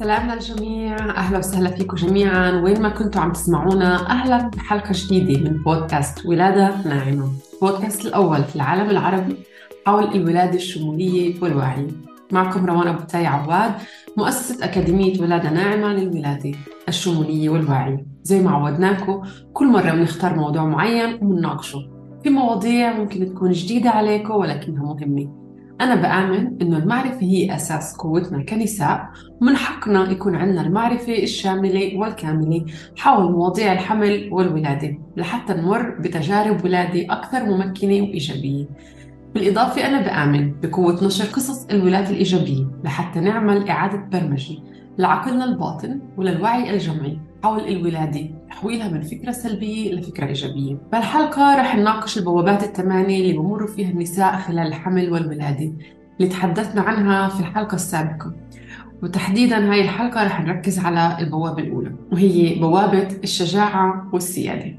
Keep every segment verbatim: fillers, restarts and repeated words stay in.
سلام للجميع، أهلا وسهلا فيكم جميعا وين ما كنتوا عم تسمعونا. أهلا بحلقة جديدة من بودكاست ولادة ناعمة، البودكاست الأول في العالم العربي حول الولادة الشمولية والوعي. معكم روان أبو تاي عواد، مؤسسة أكاديمية ولادة ناعمة للولادة الشمولية والوعي. زي ما عودناكم كل مرة بنختار موضوع معين وبنناقشه. في مواضيع ممكن تكون جديدة عليكم ولكنها مهمة. أنا بآمن إنه المعرفة هي أساس قوتنا كنساء، ومن حقنا يكون عندنا المعرفة الشاملة والكاملة حول مواضيع الحمل والولادة لحتى نمر بتجارب ولادة أكثر ممكنة وإيجابية. بالإضافة أنا بآمن بقوة نشر قصص الولادة الإيجابية لحتى نعمل إعادة برمجة لعقلنا الباطن وللوعي الجمعي حول الولادة، تحويلها من فكرة سلبية لفكرة إيجابية. بهالحلقة رح نناقش البوابات الثمانية اللي بمر فيها النساء خلال الحمل والولادة اللي تحدثنا عنها في الحلقة السابقة. وتحديداً هاي الحلقة رح نركز على البوابة الأولى، وهي بوابة الشجاعة والسيادة.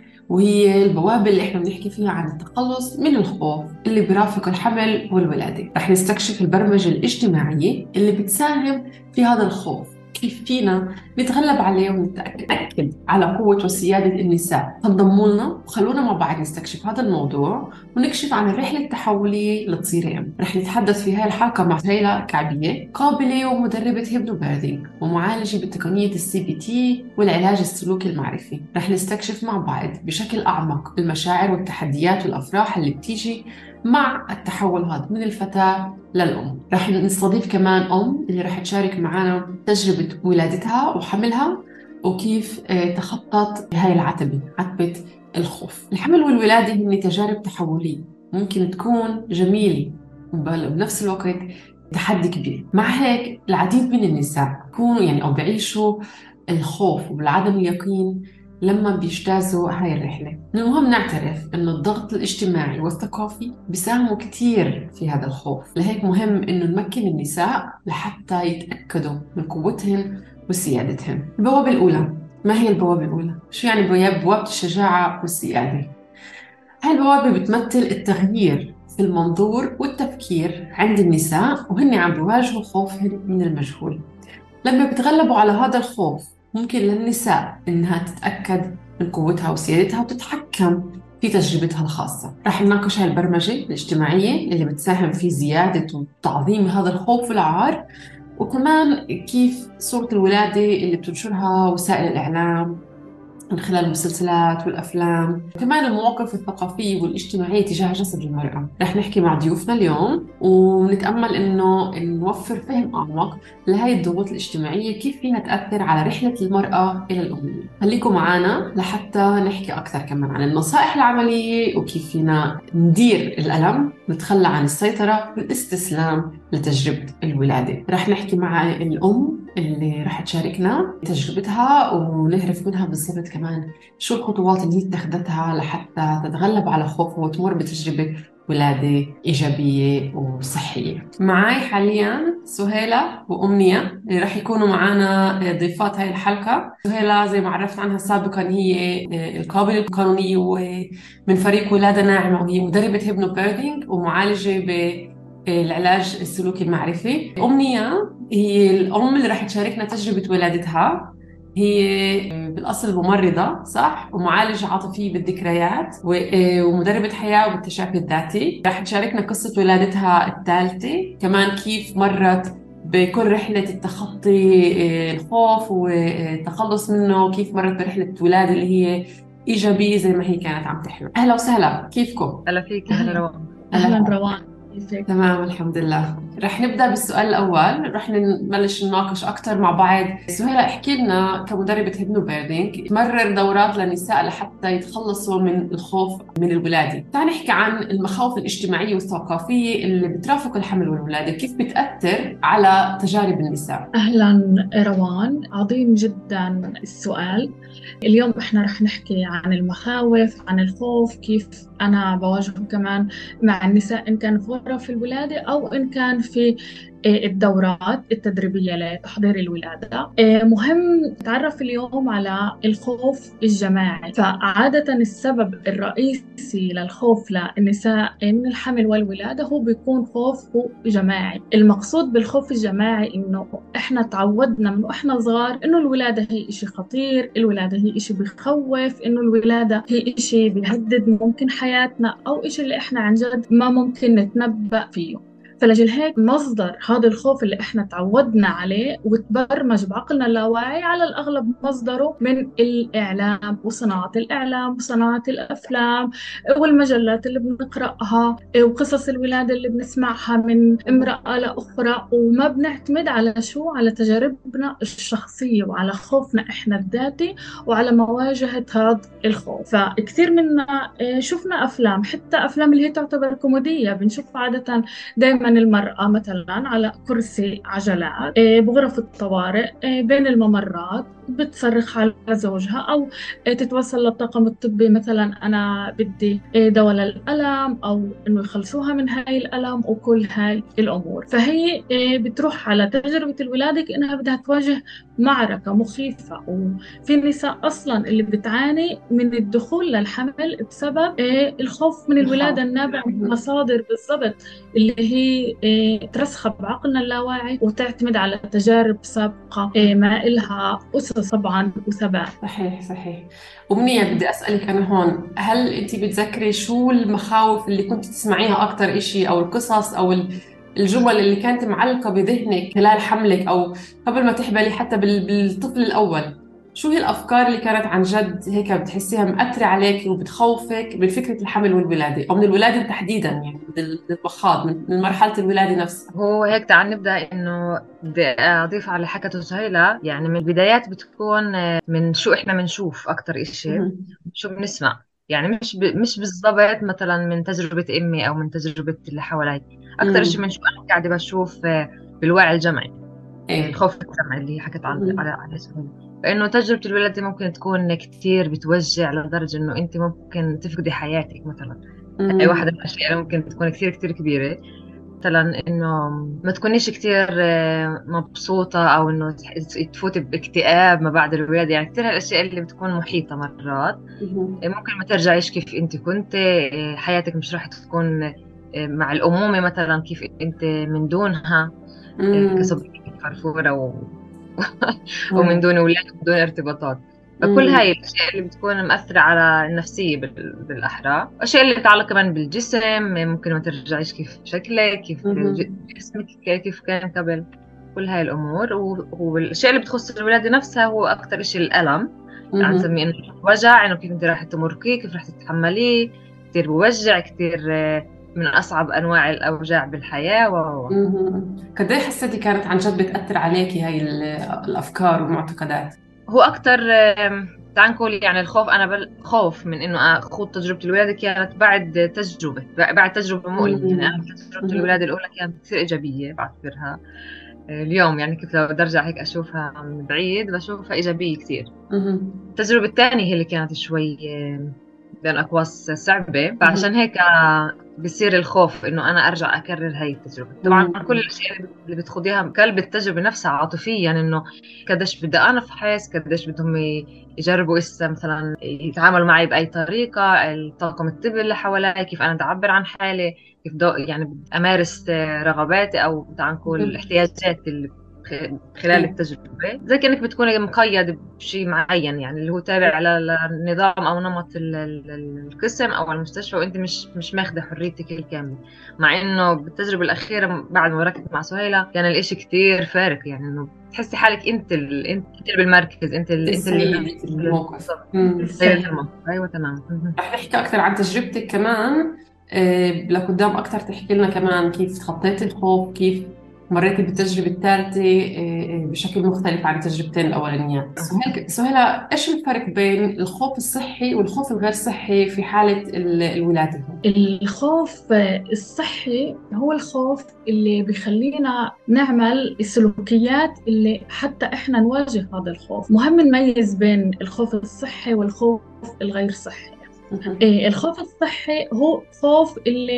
وهي البوابة اللي احنا بنحكي فيها عن التخلص من الخوف اللي بيرافق الحمل والولادة. رح نستكشف البرمجة الاجتماعية اللي بتساهم في هذا الخوف، كيف فينا نتغلب عليه ونتأكد على قوة وسيادة النساء. فانضموا لنا وخلونا مع بعض نستكشف هذا الموضوع ونكشف عن الرحلة التحولية لتصير أم. رح نتحدث في هاي الحلقة مع سهيلة كعبية، قابلة ومدربة هيبنوبيرثينج ومعالجة بتقنية السي بي تي والعلاج السلوكي المعرفي. رح نستكشف مع بعض بشكل أعمق المشاعر والتحديات والأفراح اللي بتيجي مع التحول هذا من الفتاة للأم. رح نستضيف كمان أم اللي رح تشارك معنا تجربة ولادتها وحملها وكيف آه، تخطت هاي العتبة، عتبة الخوف. الحمل والولادة هن تجارب تحولية ممكن تكون جميلة وبنفس الوقت تحدي كبير. مع هيك العديد من النساء يكونوا يعني أو بيعيشوا الخوف وبالعدم اليقين لما بيجتازوا هاي الرحلة. من المهم نعترف إنه الضغط الاجتماعي والثقافي بيساهموا كتير في هذا الخوف، لهيك مهم إنه نمكن النساء لحتى يتأكدوا من قوتهن وسيادتهن. البوابة الأولى، ما هي البوابة الأولى؟ شو يعني بوابة بوابة الشجاعة والسيادة؟ هاي البوابة بتمثل التغيير في المنظور والتفكير عند النساء وهن عم بيواجهوا خوفهن من المجهول. لما بيتغلبوا على هذا الخوف ممكن للنساء إنها تتأكد من قوتها وسيادتها وتتحكم في تجربتها الخاصة. رح نناقش هاي البرمجة الاجتماعية اللي بتساهم في زيادة وتعظيم هذا الخوف والعار، وكمان كيف صورة الولادة اللي بتنشرها وسائل الإعلام من خلال المسلسلات والأفلام، كمان المواقف الثقافية والاجتماعية تجاه جسد المرأة. رح نحكي مع ضيوفنا اليوم ونتأمل إنه نوفر فهم أعمق لهي الضغوط الاجتماعية كيف فيها تأثر على رحلة المرأة إلى الأمومة. خليكم معنا لحتى نحكي أكثر كمان عن النصائح العملية وكيف فينا ندير الألم، نتخلى عن السيطرة والاستسلام لتجربة الولادة. رح نحكي مع الأم اللي رح تشاركنا تجربتها ونعرف منها بالضبط كمان شو الخطوات اللي هي اتخذتها لحتى تتغلب على خوفها وتمر بتجربة ولادة إيجابية وصحية. معي حاليا سهيلة وأمنية اللي رح يكونوا معنا ضيفات هاي الحلقة. سهيلة زي ما عرفت عنها سابقا هي القابلة القانونية ومن فريق ولادة ناعمة، وهي مدربة هيبنوبيرثينج ومعالجة بالعلاج السلوكي المعرفي. أمنية هي الأم اللي رح تشاركنا تجربة ولادتها. هي بالأصل ممرضة صح، ومعالجة عاطفية بالذكريات ومدربة حياة وبالتشافي الذاتي. رح تشاركنا قصة ولادتها الثالثة، كمان كيف مرت بكل رحلة التخطي الخوف والتخلص منه، كيف مرت برحلة ولادة اللي هي إيجابية زي ما هي كانت عم تحلم. أهلا وسهلا، كيفكم؟ هلا فيك، هلا روان. أهلا روان، كيفك؟ تمام الحمد لله. رح نبدأ بالسؤال الأول، رح نبلش نناقش أكثر مع بعض. سهيلة احكي لنا كمدربة هيبنوبيرثينج تمرر دورات للنساء لحتى يتخلصوا من الخوف من الولادة. تعال نحكي عن المخاوف الاجتماعية والثقافية اللي بترافق الحمل والولادة، كيف بتأثر على تجارب النساء. أهلا روان، عظيم جدا السؤال. اليوم إحنا رح نحكي عن المخاوف، عن الخوف، كيف أنا بواجهه كمان مع النساء إن كان في غرف الولادة أو إن كان في الدورات التدريبية لتحضير الولادة. مهم نتعرف اليوم على الخوف الجماعي. فعادة السبب الرئيسي للخوف للنساء من الحمل والولادة هو بيكون خوف جماعي. المقصود بالخوف الجماعي إنه إحنا تعودنا من وإحنا صغار إنه الولادة هي إشي خطير، الولادة هي إشي بيخوف، إنه الولادة هي إشي بيهدد ممكن حياتنا، أو إشي اللي إحنا عن جد ما ممكن نتنبأ فيه. فلجل هيك مصدر هذا الخوف اللي احنا تعودنا عليه وتبرمج بعقلنا اللاواعي على الأغلب مصدره من الإعلام وصناعة الإعلام وصناعة الأفلام والمجلات اللي بنقرأها وقصص الولادة اللي بنسمعها من امرأة لأخرى، وما بنعتمد على شو، على تجاربنا الشخصية وعلى خوفنا احنا الذاتي وعلى مواجهة هذا الخوف. فكثير منا شفنا أفلام، حتى أفلام اللي هي تعتبر كوميدية، بنشوف عادة دائما المرأة مثلا على كرسي عجلات بغرف الطوارئ بين الممرات بتصرخ على زوجها، أو تتوصل للطاقم الطبي مثلا أنا بدي دواء للألم، أو إنه يخلصوها من هاي الألم وكل هاي الأمور. فهي بتروح على تجربة الولادة كأنها بدها تواجه معركة مخيفة. وفي نساء أصلا اللي بتعاني من الدخول للحمل بسبب الخوف من الولادة النابع من مصادر بالضبط اللي هي ترسخ بعقلنا اللاواعي وتعتمد على تجارب سابقة ما إلها أسس طبعا وثبات. صحيح صحيح. أمنية، بدي أسألك أنا هون، هل أنت بتذكري شو المخاوف اللي كنت تسمعيها أكتر إشي، أو القصص أو الجمل اللي كانت معلقة بذهنك خلال حملك أو قبل ما تحملي حتى بالطفل الأول؟ شو هي الأفكار اللي كانت عن جد هيك بتحسيها مأثرة عليك وبتخوفك من فكرة الحمل والولادة، أو من الولادة تحديدا، يعني من المخاض من مرحلة الولادة نفسها؟ هو هيك تعال نبدأ. إنه بدي أضيف على حكته سهيلة، يعني من البدايات بتكون من شو إحنا بنشوف أكتر إشي، شو بنسمع. يعني مش ب... مش بالضبط مثلا من تجربة أمي أو من تجربة اللي حوالي، أكتر إشي من شو أنا قاعدة بشوف بالوعي الجمعي. إيه؟ الخوف الجمعي اللي حكت على على على سهيلة. فإنه تجربة الولادة ممكن تكون كتير بتوجع لدرجة إنه أنت ممكن تفقدي حياتك مثلا. هاي واحدة من الأشياء اللي ممكن تكون كتير كتير كبيرة. مثلا إنه ما تكونيش كتير مبسوطة، أو إنه تفوتي باكتئاب ما بعد الولادة. يعني كتير هالأشياء اللي بتكون محيطة مرات ممكن ما ترجعيش كيف أنت كنت، حياتك مش راح تكون مع الأمومة مثلا كيف أنت من دونها كصبية فرفورة و... ومن دون أولاد ومن دون ارتباطات. فكل هاي الأشياء اللي بتكون مأثرة على النفسية بالأحرى. الأشياء اللي تتعلق كمان بالجسم، ممكن ما ترجعيش كيف شكلك، كيف جسمك كيف كان قبل. كل هاي الأمور. والأشياء اللي بتخص الولادة نفسها هو أكتر إشي الألم. يعني نسميه إنه وجع، إنه كيف أنت راح تمرقيه، كيف راح تتحمليه. كتير بوجع، كتير من أصعب أنواع الأوجاع بالحياة. و قد إيه حسيتي كانت عن جد بتأثر عليكي هاي الأفكار والمعتقدات؟ هو أكتر تعال نقول يعني الخوف، أنا بالخوف من إنه أخوض تجربة الولادة كانت بعد تجربة بعد تجربة مؤلمة. يعني أنا تجربة الولادة الأولى كانت كثير إيجابية بعتبرها اليوم. يعني كيف لو بدي أرجع هيك أشوفها من بعيد بشوفها إيجابية كثير. التجربة الثانية هي اللي كانت شوي بين أقواس صعبة، فعشان هيك بصير الخوف إنه أنا أرجع أكرر هاي التجربة. طبعاً كل الأشياء اللي بتخوضيها قلب التجربة نفسها عاطفيا، يعني إنه قديش بدي أنا أفحص، قديش بدهم يجربوا إسا مثلاً يتعاملوا معي بأي طريقة، الطاقم الطبي اللي حوالي، كيف أنا بدي أعبر عن حالي، كيف يعني أمارس رغباتي أو تعال نقول الاحتياجات اللي خلال التجربة. زي كأنك بتكوني مقيد بشيء معين، يعني اللي هو تابع للنظام أو نمط القسم أو المستشفى، وأنت مش مش ماخذة حريتك الكاملة. مع إنه بالتجربة الأخيرة بعد ما ركزت مع سهيلة كان الإشي كتير فارق. يعني إنه تحسي حالك أنت ال... أنت اللي بالمركز، أنت ال... أنت اللي بالموقف. أيوة تمام. رح نحكي أكثر عن تجربتك كمان إيه لقدام أكثر، تحكي لنا كمان كيف تخطيتي الخوف، كيف مريتي بالتجربة الثالثة بشكل مختلف عن التجربتين الأولانيات. سهيلة سهيلة، إيش الفرق بين الخوف الصحي والخوف الغير صحي في حالة الولادة؟ الخوف الصحي هو الخوف اللي بيخلينا نعمل السلوكيات اللي حتى إحنا نواجه هذا الخوف. مهم نميز بين الخوف الصحي والخوف الغير صحي. الخوف الصحي هو خوف اللي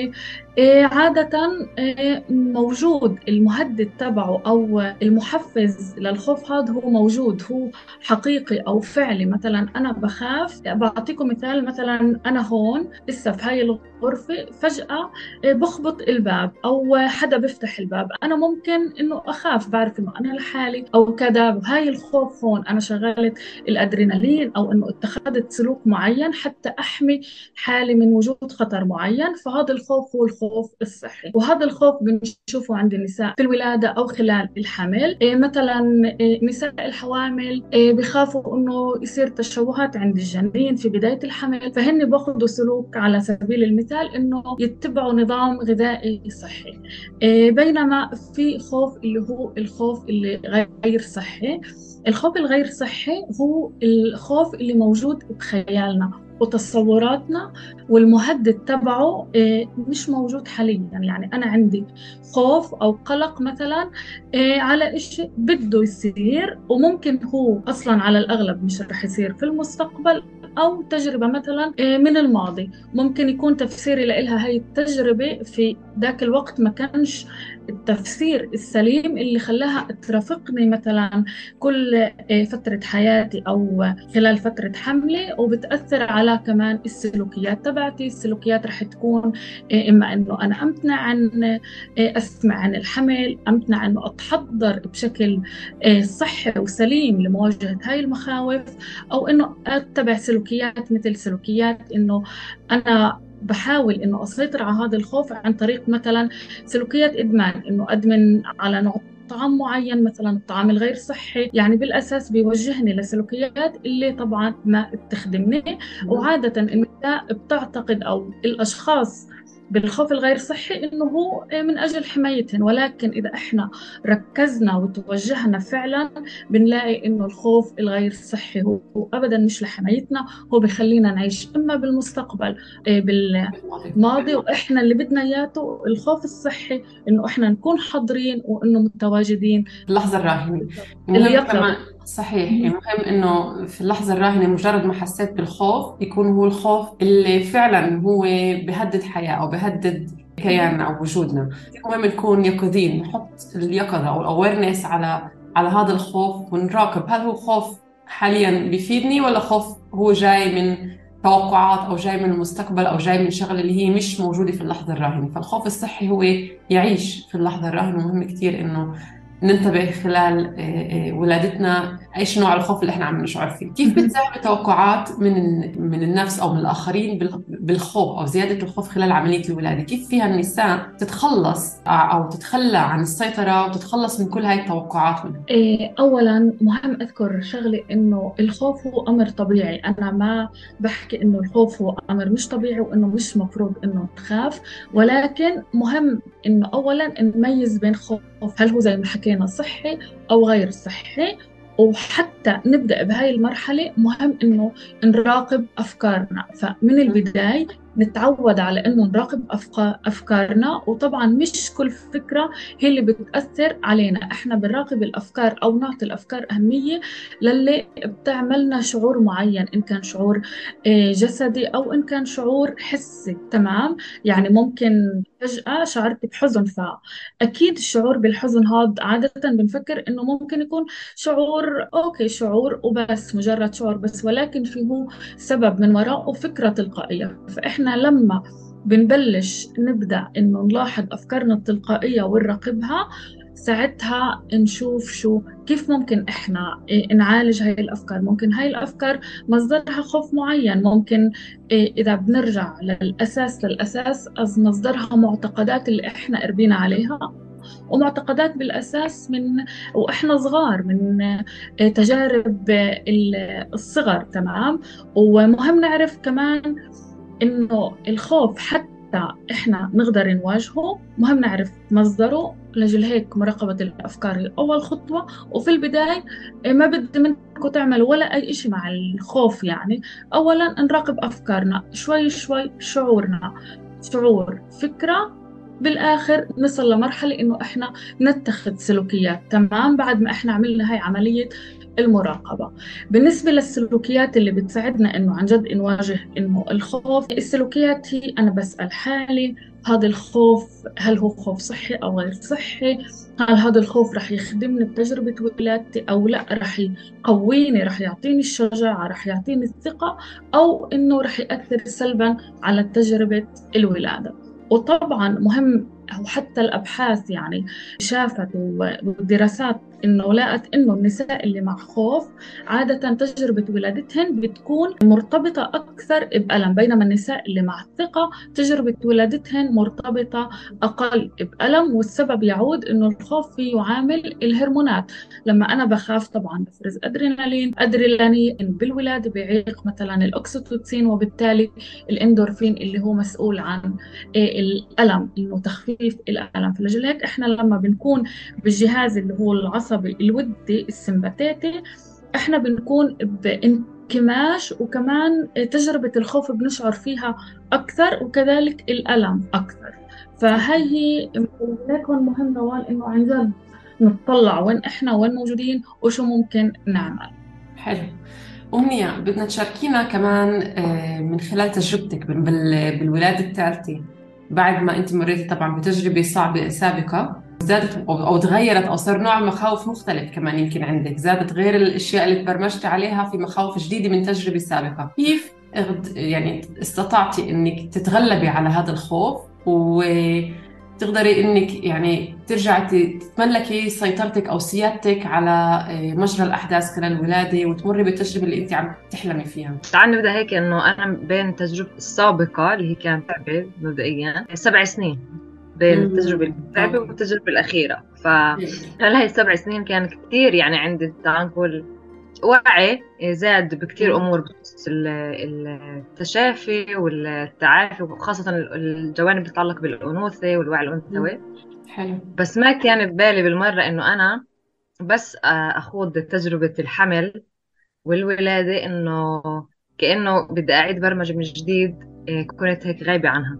إيه عادة إيه موجود المهدد تبعه أو المحفز للخوف، هذا هو موجود، هو حقيقي أو فعلي. مثلا أنا بخاف، بعطيكم مثال، مثلا أنا هون لسه في هاي الغرفة، فجأة إيه بخبط الباب أو حدا بيفتح الباب، أنا ممكن إنه أخاف، بعرف إنه أنا لحالي أو كذا. هاي الخوف هون أنا شغلت الأدرينالين أو إنه اتخذت سلوك معين حتى أحمي حالي من وجود خطر معين، فهذا الخوف هو الخوف الصحي. وهذا الخوف بنشوفه عند النساء في الولادة أو خلال الحمل. إيه مثلا إيه نساء الحوامل إيه بخافوا إنه يصير تشوهات عند الجنين في بداية الحمل، فهن باخذوا سلوك على سبيل المثال إنه يتبعوا نظام غذائي صحي. إيه بينما في خوف اللي هو الخوف اللي غير صحي. الخوف الغير صحي هو الخوف اللي موجود بخيالنا وتصوراتنا، والمهدد تبعه آه، مش موجود حاليا. يعني أنا عندي خوف أو قلق مثلا آه، على إشي بده يصير، وممكن هو أصلا على الأغلب مش رح يصير في المستقبل، أو تجربة مثلا آه، من الماضي ممكن يكون تفسيري لإلها هاي التجربة في ذاك الوقت ما كانش التفسير السليم اللي خلاها ترافقني مثلا كل آه، فترة حياتي أو خلال فترة حملي، وبتأثر على كمان السلوكيات تبعتي. السلوكيات رح تكون آه، إما أنه أنا أمتنع عن آه، أسمع عن الحمل، أمتنع أنه أتحضر بشكل آه، صحي وسليم لمواجهة هاي المخاوف، أو أنه أتبع سلوكيات مثل سلوكيات أنه أنا بحاول إنه أسيطر على هذا الخوف عن طريق مثلا سلوكيات إدمان، إنه أدمن على نوع طعام معين، مثلا الطعام الغير صحي. يعني بالأساس بيوجهني لسلوكيات اللي طبعا ما بتخدمني. وعادة النساء بتعتقد أو الأشخاص بالخوف الغير صحي إنه هو من أجل حمايتهن، ولكن إذا إحنا ركزنا وتوجهنا فعلا بنلاقي إنه الخوف الغير صحي هو هو أبدا مش لحمايتنا، هو بيخلينا نعيش إما بالمستقبل إيه، بالماضي، وإحنا اللي بدنا إياه الخوف الصحي إنه إحنا نكون حاضرين وإنه متواجدين اللحظة الراهنة مهم اليقظة. كمان. صحيح، يعني مهم إنه في اللحظة الراهنة مجرد ما حسيت بالخوف يكون هو الخوف اللي فعلا هو بهدد حياة أو بهدد كياننا أو وجودنا. مهم نكون يقظين، نحط اليقظة أو الأويرنس على على هذا الخوف ونراقب هل هو خوف حاليا بيفيدني ولا خوف هو جاي من توقعات أو جاي من المستقبل أو جاي من شغلة اللي هي مش موجودة في اللحظة الراهنة. فالخوف الصحي هو يعيش في اللحظة الراهنة. مهم كتير إنه ننتبه خلال آه، آه، ولادتنا ايش نوع الخوف اللي احنا عم نشعر فيه. كيف بتساعد توقعات من من النفس او من الاخرين بال- بالخوف او زياده الخوف خلال عمليه الولاده؟ كيف فيها النساء تتخلص او تتخلى عن السيطره وتتخلص من كل هاي التوقعات منها؟ إيه، أولا مهم أذكر شغلة إنه الخوف هو أمر طبيعي. أنا ما بحكي إنه الخوف هو أمر مش طبيعي وإنه مش مفروض إنه تخاف، ولكن مهم إنه أولا نميز بين خوف هل هو زي ما حكينا صحي أو غير صحي. وحتى نبدأ بهاي المرحلة مهم إنه نراقب أفكارنا، فمن البداية نتعود على إنه نراقب أفكا- أفكارنا. وطبعا مش كل فكرة هي اللي بتأثر علينا، احنا بنراقب الأفكار أو نعطي الأفكار أهمية للي بتعملنا شعور معين، إن كان شعور آه، جسدي أو إن كان شعور حسي. تمام، يعني ممكن فجأة شعرت بحزن، فأكيد الشعور بالحزن هذا عادة بنفكر إنه ممكن يكون شعور أوكي، شعور وبس، مجرد شعور بس، ولكن فيه سبب من وراءه فكرة تلقائية. فإحنا لما بنبلش نبدأ إنه نلاحظ أفكارنا التلقائية ونراقبها، ساعتها نشوف شو كيف ممكن إحنا إيه، نعالج هاي الأفكار. ممكن هاي الأفكار مصدرها خوف معين، ممكن إيه، إذا بنرجع للأساس للأساس أز مصدرها معتقدات اللي إحنا قربينا عليها، ومعتقدات بالأساس من وإحنا صغار، من آه، تجارب آه، الصغر. تمام، ومهم نعرف كمان إنه الخوف حتى إحنا نقدر نواجهه مهم نعرف مصدره. لجل هيك مراقبة الأفكار هي أول خطوة. وفي البداية ما بدي منكم تعملوا ولا أي إشي مع الخوف. يعني أولا نراقب أفكارنا شوي شوي، شعورنا شعور فكرة، بالآخر نصل لمرحلة إنه إحنا نتخذ سلوكيات. تمام، بعد ما إحنا عملنا هاي عملية المراقبة. بالنسبة للسلوكيات اللي بتساعدنا إنه عن جد نواجه إنه الخوف، السلوكيات هي أنا بسأل حالي هذا الخوف هل هو خوف صحي أو غير صحي؟ هل هذا الخوف رح يخدمني بتجربة ولادتي أو لا، رح يقويني، رح يعطيني الشجاعة، رح يعطيني الثقة، أو إنه رح يأثر سلبا على تجربة الولادة. وطبعا مهم، وحتى الأبحاث يعني شافت والدراسات إنه لقت إنه النساء اللي مع خوف عادة تجربة ولادتهن بتكون مرتبطة أكثر بألم، بينما النساء اللي مع الثقة تجربة ولادتهن مرتبطة أقل بألم. والسبب يعود إنه الخوف فيه يعامل الهرمونات. لما أنا بخاف طبعا بفرز أدرينالين، أدرينالين بالولادة بيعيق مثلا الأكسيتوسين، وبالتالي الإندورفين اللي هو مسؤول عن الألم، إنه تخفيف الألم. فلذلك إحنا لما بنكون بالجهاز اللي هو العصبي الودي السمباتيتي، إحنا بنكون بانكماش، وكمان تجربة الخوف بنشعر فيها أكثر، وكذلك الألم أكثر. فهي هي ليكون مهم روان إنه عن جد نطلع وين إحنا وين موجودين وشو ممكن نعمل. حلو. أمنية، بدنا تشاركينا كمان آه، من خلال تجربتك بال- بالولادة الثالثة، بعد ما أنت مريتي طبعا بتجربة صعبة سابقة، زادت أو أو تغيرت أو صار نوع المخاوف مختلف كمان، يمكن عندك زادت غير الأشياء اللي تبرمجت عليها، في مخاوف جديدة من تجربة سابقة. كيف اغد- يعني استطعتي إنك تتغلبي على هذا الخوف وتقدري إنك يعني ترجعي تتملكي سيطرتك أو سيادتك على آه، مجرى الأحداث خلال الولادة، وتمري بالتجربة اللي أنت عم تحلمي فيها؟ تعال نبدأ هيك، إنه أنا بين تجربتي السابقة اللي هي كانت صعبة مبدئيا سبع سنين، بين التجربة الصعبة أوكي. والتجربة الأخيرة. فخلال هاي السبع سنين كان كتير يعني عندي تعال نقول وعي زاد بكتير مم. أمور بخصوص ال- التشافي والتعافي، وخاصة الجوانب اللي تتعلق بالأنوثة والوعي الأنثوي. حلو. بس ما كان ببالي بالمرة إنه أنا بس أخوض تجربة الحمل والولادة، إنه كأنه بدي أعيد برمجة من جديد. إيه، كنت هيك غايبة عنها.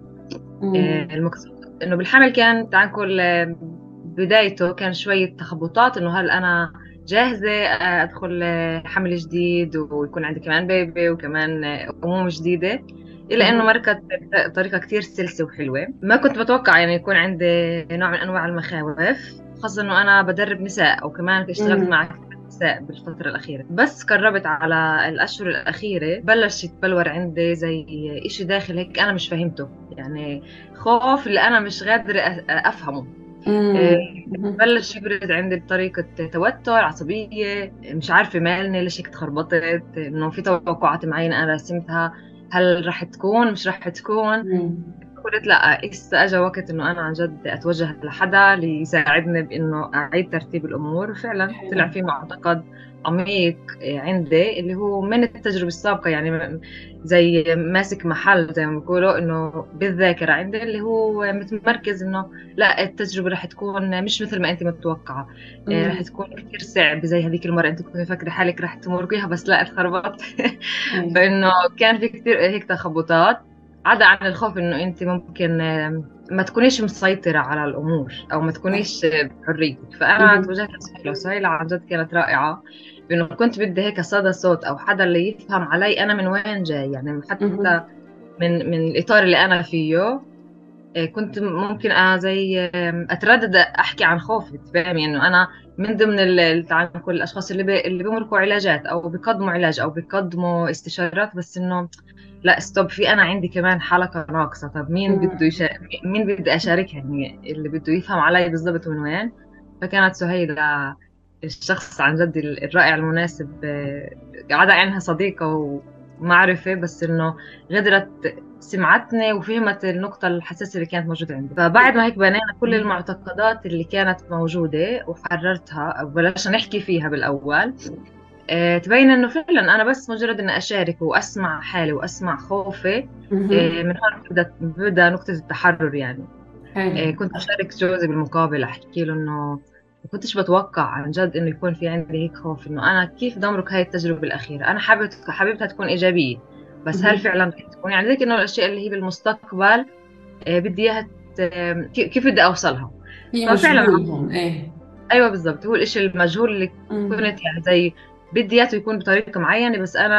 مم. إيه، المقصود إنه بالحمل كان تعال نقول آه، بدايته كان شوية تخبطات، إنه هل أنا جاهزة آه، أدخل آه، حمل جديد ويكون عندي كمان بيبي وكمان آه، أمومة جديدة، إلا إنه مم. مركت بطريقة كتير سلسة وحلوة. ما كنت بتوقع يعني يكون عندي نوع من أنواع المخاوف، خاصة إنه أنا بدرب نساء أو كمان اشتغلت مم. مع كثير نساء بالفترة الأخيرة. بس قربت على الأشهر الأخيرة بلش يتبلور عندي زي إشي داخل هيك أنا مش فهمته، يعني خوف اللي أنا مش قادرة أ- أفهمه. إيه، مم. بلش يبرد عندي بطريقة توتر، عصبية، مش عارفة مالني ليش هيك تخربطت، إنه في توقعات معينة أنا رسمتها، هل رح تكون مش رح تكون. مم. قلت لا، إسا أجا وقت إنه أنا عن جد أتوجه لحدا ليساعدني بإنه أعيد ترتيب الأمور. وفعلا طلع حلو. في معتقد عميق عندي اللي هو من التجربة السابقة، يعني زي ماسك محل زي ما بيقولوا إنه بالذاكرة عندي، اللي هو متمركز إنه لا، التجربة رح تكون مش مثل ما أنت متوقعة. إيه، رح مم. تكون كثير صعب زي هذيك المرة أنت كنت فاكرة حالك رح تمر فيها، بس لا، اتخربطت. أي. فإنه كان في كثير هيك تخبطات، عدا عن الخوف انه انت ممكن آم، ما تكونيش مسيطرة على الامور او ما تكونيش آه، بحريتك. فانا مم. توجهت لسهيلة، وسهيلة عن جد كانت رائعة، بانه كنت بدي هيك صدى صوت او حدا اللي يفهم علي انا من وين جاي، يعني مم. حتى من من الاطار اللي انا فيه. آه، كنت ممكن آه زي آم، اتردد احكي عن خوفي، تفهمي انه انا من ضمن ال- تعال نقول الاشخاص اللي بي اللي بيمرقوا علاجات او بيقدموا علاج او بيقدموا استشارات، بس انه لا ستوب، في انا عندي كمان حلقه ناقصه. طب مين بده مم. يشا... مين بدي اشاركها، يعني اللي بده يفهم علي بالضبط من وين. فكانت سهيلة الشخص عن جد الرائع المناسب، آه، عدا عنها صديقة ومعرفة، بس انه غدرت سمعتني وفهمت النقطة الحساسة اللي كانت موجودة عندي. فبعد ما هيك بنينا كل مم. المعتقدات اللي كانت موجودة وحررتها وبلشنا نحكي فيها بالأول. آه، تبين انه فعلا انا بس مجرد اني اشارك واسمع حالي واسمع خوفي، مم. آه، من هون بدا بدا نقطة التحرر يعني. آه، حلو. كنت اشارك جوزي بالمقابل، احكي له انه ما كنتش بتوقع عن جد انه يكون في عندي هيك خوف، انه انا كيف بدي امرق هاي التجربة الاخيرة. انا حابت حبيبتها تكون ايجابية، بس هل مم. فعلا رح تكون؟ يعني ذيك انه الاشياء اللي هي بالمستقبل آه، بدي اياها ت- كيف كيف بدي اوصلها. في ففعلا مجهول هون. ايه. ايوه بالضبط، هو الاشي المجهول اللي مم. كنت يعني زي بدي اياه يكون بطريقه معينه، بس انا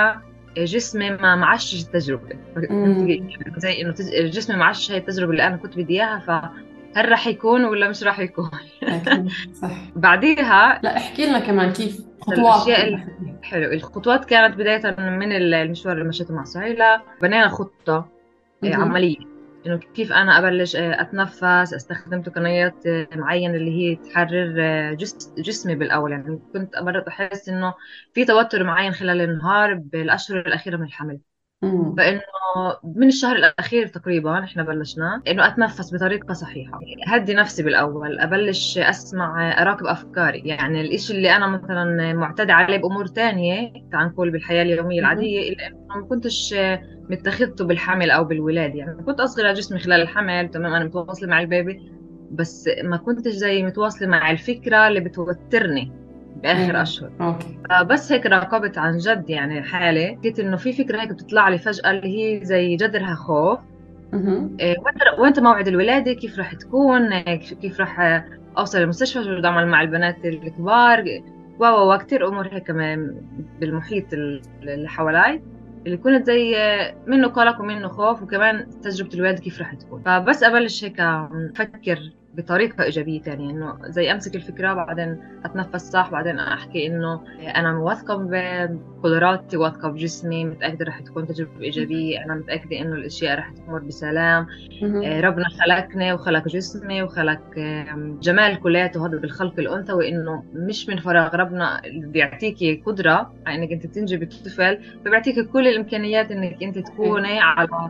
جسمي ما معشش التجربة. مم. زي إنه تج- جسمي معشش هاي التجربة اللي أنا كنت بدي إياها، فهل راح يكون ولا مش راح يكون؟ أكيد صح. بعديها لا احكي لنا كمان كيف خطوات الأشياء كل اللي واحد. حلو، الخطوات كانت بداية من المشوار اللي مشيته مع سهيلة. بنينا خطة آه، مهم. عملية، إنه كيف أنا أبلش آه، أتنفس. استخدمت تقنيات آه، معينة اللي هي تحرر آه، جس جسمي بالأول. يعني كنت مرات أحس إنه في توتر معين خلال النهار بالأشهر الأخيرة من الحمل. مم. فإنه من الشهر الأخير تقريبا إحنا بلشنا إنه أتنفس بطريقة صحيحة، هدي نفسي بالأول، أبلش أسمع، أراقب أفكاري. يعني الإشي اللي أنا مثلا معتادة عليه بأمور تانية تعال نقول بالحياة اليومية مهم. العادية، إلا إنه ما كنتش متخذته بالحمل أو بالولاد. يعني كنت أصغر جسمي خلال الحمل، تمام، أنا متواصلة مع البيبي، بس ما كنتش زي متواصلة مع الفكرة اللي بتوترني بآخر ايه أشهر. اوكي. بس هيك راقبت عن جد يعني حالي، لقيت انه في فكره هيك بتطلع لي فجاه اللي هي زي جذرها خوف. مهم. إيه، وين وين موعد الولاده، كيف راح تكون، إيه، كيف راح اوصل المستشفى، شو بدي اعمل مع البنات الكبار، و و كثير امور هيك م- بالمحيط ال- اللي حوالي، اللي كنت زي منه قلق ومنه خوف، وكمان تجربه الولاده كيف راح تكون. فبس ابلش هيك افكر بطريقه ايجابيه تانية، انه زي امسك الفكره بعدين اتنفس صح، بعدين احكي انه انا واثقه بقدراتي، واثقه بجسمي، متاكده رح تكون تجربه ايجابيه، انا متاكده انه الاشياء رح تمر بسلام. آه، مهم. ربنا خلقني وخلق جسمي وخلق آه، جمال كلياته هذا بالخلق الانثوي، انه مش من فراغ. ربنا بيعطيكي قدره على انك انت تنجبي طفل، فبيعطيكي كل الامكانيات انك انت صحيح. تكوني على،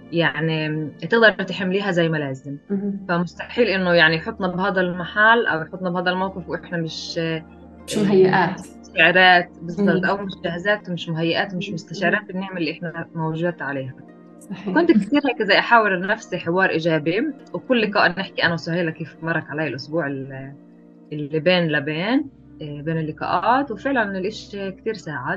يعني تقدر تحمليها زي ما لازم. مهم. فمستحيل انه يعني يحطنا بهذا المحل او يحطنا بهذا الموقف واحنا مش مش آه، مهيئات. مستشعرات بالضبط، مهم. او مش جاهزات ومش مهيئات ومش مهم. مستشعرات النعمه اللي احنا موجودات عليها. صحيح. فكنت كثير هيك زي احاور لنفسي حوار ايجابي، وكل لقاء نحكي انا وسهيلة كيف مرق علي الاسبوع ال- اللي بين لبين آه، بين اللقاءات، وفعلا الاشي كثير ساعد.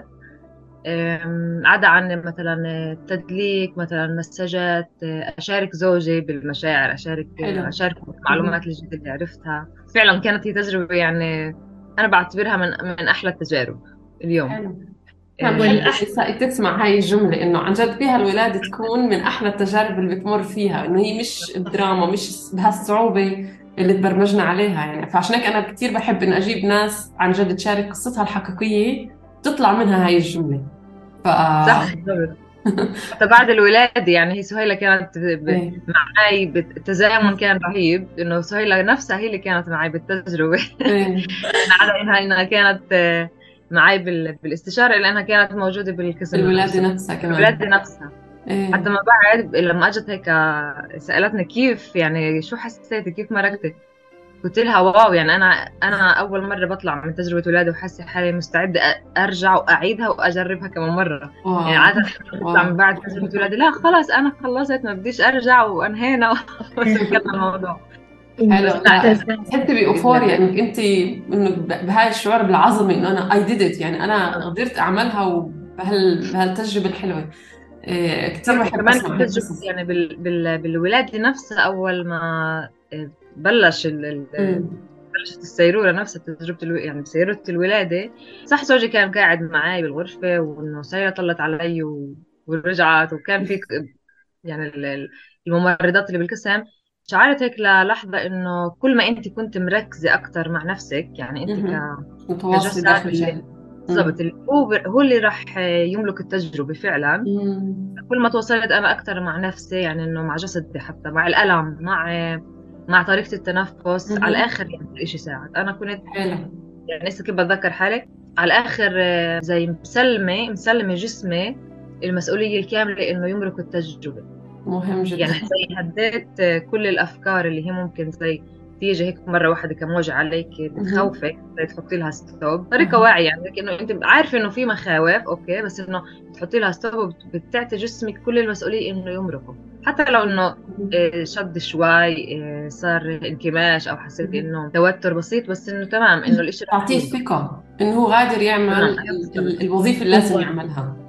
أم، عدا عن مثلا التدليك، مثلا مسجات، أه، اشارك زوجي بالمشاعر، اشارك حلو. اشارك مهم. المعلومات الجديده اللي عرفتها. فعلا كانت هي تجربه، يعني انا بعتبرها من من احلى التجارب اليوم. حلو. أنا بحب أه، والأحلى النساء تسمع هاي الجملة إنه عن جد بها الولادة تكون من أحلى التجارب اللي بتمر فيها، إنه هي مش الدراما، مش بهالصعوبة اللي تبرمجنا عليها. يعني فعشان هيك أنا كتير بحب إن أجيب ناس عن جد تشارك قصتها الحقيقية تطلع منها هاي الجملة. ف صح بالضبط. حتى بعد الولاده يعني هي سهيلة كانت ب- ب- إيه. معي بالتزامن كان رهيب، انه سهيلة نفسها هي اللي كانت معي بالتجربه. إيه. على انها انها كانت آه، معي بال- بالاستشاره، الا انها كانت موجوده بالقسم الولادة نفسه، نفسها كمان. الولاده نفسها. حتى إيه. ما بعد لما اجت هيك سالتني كيف، يعني شو حسيتي، كيف مرقتي، قلت لها واو، يعني انا انا اول مره بطلع من تجربه ولاده وحاسه حالي مستعده أ- ارجع واعيدها واجربها كمان مره. يعني واو. عاده واو. بطلع من بعد تجربه ولاده لا خلاص انا خلصت ما بديش ارجع وانهينا وسكرنا الموضوع. حلو. بس لا، لا والتزام. تحسي بأوفوريا انك انت انه ب- بهاي الشعور بالعظمه انه انا اي ديد ات، يعني انا قدرت اعملها وبهال بهالتجربه الحلوه. إيه كثير بالضبط. بحب وكمان اسمع في هيك تجربة قصص. يعني بال... بال... بالولادة نفسها، أول ما آه، بلش ال... ال... امم. بلشت السيرورة نفسها، تجربة الو... يعني سيرورة الولادة. صح زوجي كان قاعد معي بالغرفة، وإنه سيرة طلت علي و... ورجعت، وكان في يعني ال- ال- الممرضات اللي بالقسم. شعرت هيك للحظة إنه كل ما أنت كنت مركزة أكتر مع نفسك، يعني أنت ك... امم. متواصله كجسد داخل مش ال- بالضبط، اللي هو هو اللي راح يملك التجربة فعلا. امم. كل ما تواصلت انا اكثر مع نفسي، يعني انه مع جسدي، حتى مع الالم، مع مع طريقه التنفس، على امم. الاخر يعني الاشي ساعد. انا كنت حلو. يعني لسه كيف بتذكر حالي على الاخر آه، زي مسلمه مسلمه جسمي المسؤوليه الكامله انه يملك التجربه. مهم يعني جدا. زي هديت آه، كل الافكار اللي هي ممكن زي تيجي هيك مره واحدة كموجة عليك مهم. بتخوفك، زي تحطي لها ستوب بطريقه أها. واعيه، يعني هيك انه انت عارفه انه في مخاوف اوكي، بس انه بتحطي لها ستوب وبتعطي جسمك كل المسؤوليه انه يمرقه. حتى لو انه مهم. آه، شد شوي، آه، صار انكماش او حسيت مهم. انه توتر بسيط، بس انه تمام انه الاشي رح تعطيه يزبط. الثقه انه هو قادر يعمل تمام ايوه ال- بالضبط. ال- الوظيفه اللي لازم و- يعملها.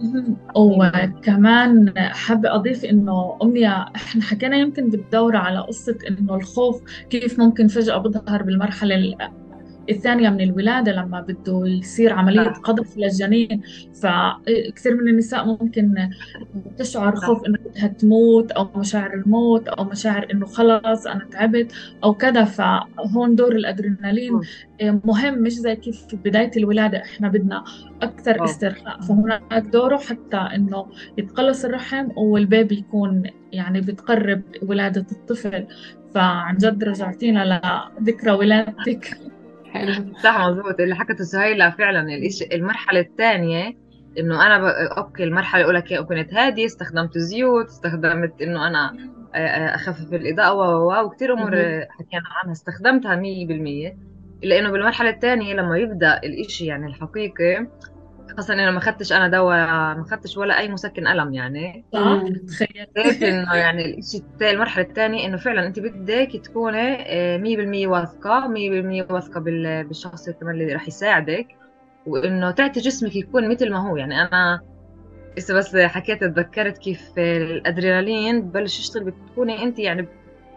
مهم. وكمان حابة أضيف إنه أمنية، إحنا حكينا يمكن بالدورة على قصة إنه الخوف كيف ممكن فجأة بظهر بالمرحلة الثانية من الولادة لما بده يصير عملية صح قذف للجنين. فكثير من النساء ممكن تشعر صح خوف إنه بدها تموت، أو مشاعر الموت، أو مشاعر إنه خلص أنا تعبت أو كذا. فهون دور الأدرينالين مم. مهم، مش زي كيف في بداية الولادة إحنا بدنا أكثر اه استرخاء، فهناك دوره حتى إنه يتقلص الرحم والبيبي يكون يعني بتقرب ولادة الطفل. فعن جد رجعتينا لذكرى ولادتك. حلو. صح مظبوط اللي حكته سهيلة فعلا. الإشي المرحلة الثانية إنه أنا ب... أوكي المرحلة الأولى كي- كنت هادي، استخدمت زيوت، استخدمت إنه أنا آه، آه، أخفف الإضاءة و و- و- وكثير أمور مهم. آه، حكينا عنها استخدمتها مية بالمية. إلا إنه بالمرحلة الثانية لما يبدأ الإشي يعني الحقيقي، خاصة إنه ما خدتش أنا دواء، ما خدتش ولا أي مسكن ألم يعني. صح مم. تخيل. كيف انه يعني الشيء التا- المرحله الثانيه انه فعلا انت بدك تكوني آه، مية بالمية واثقه، مية بالمية واثقه بال- بالشخص كمان اللي راح يساعدك، وانه تعطي جسمك يكون مثل ما هو. يعني انا لسه بس حكيت تذكرت كيف الادرينالين ببلش يشتغل، بتكوني انت يعني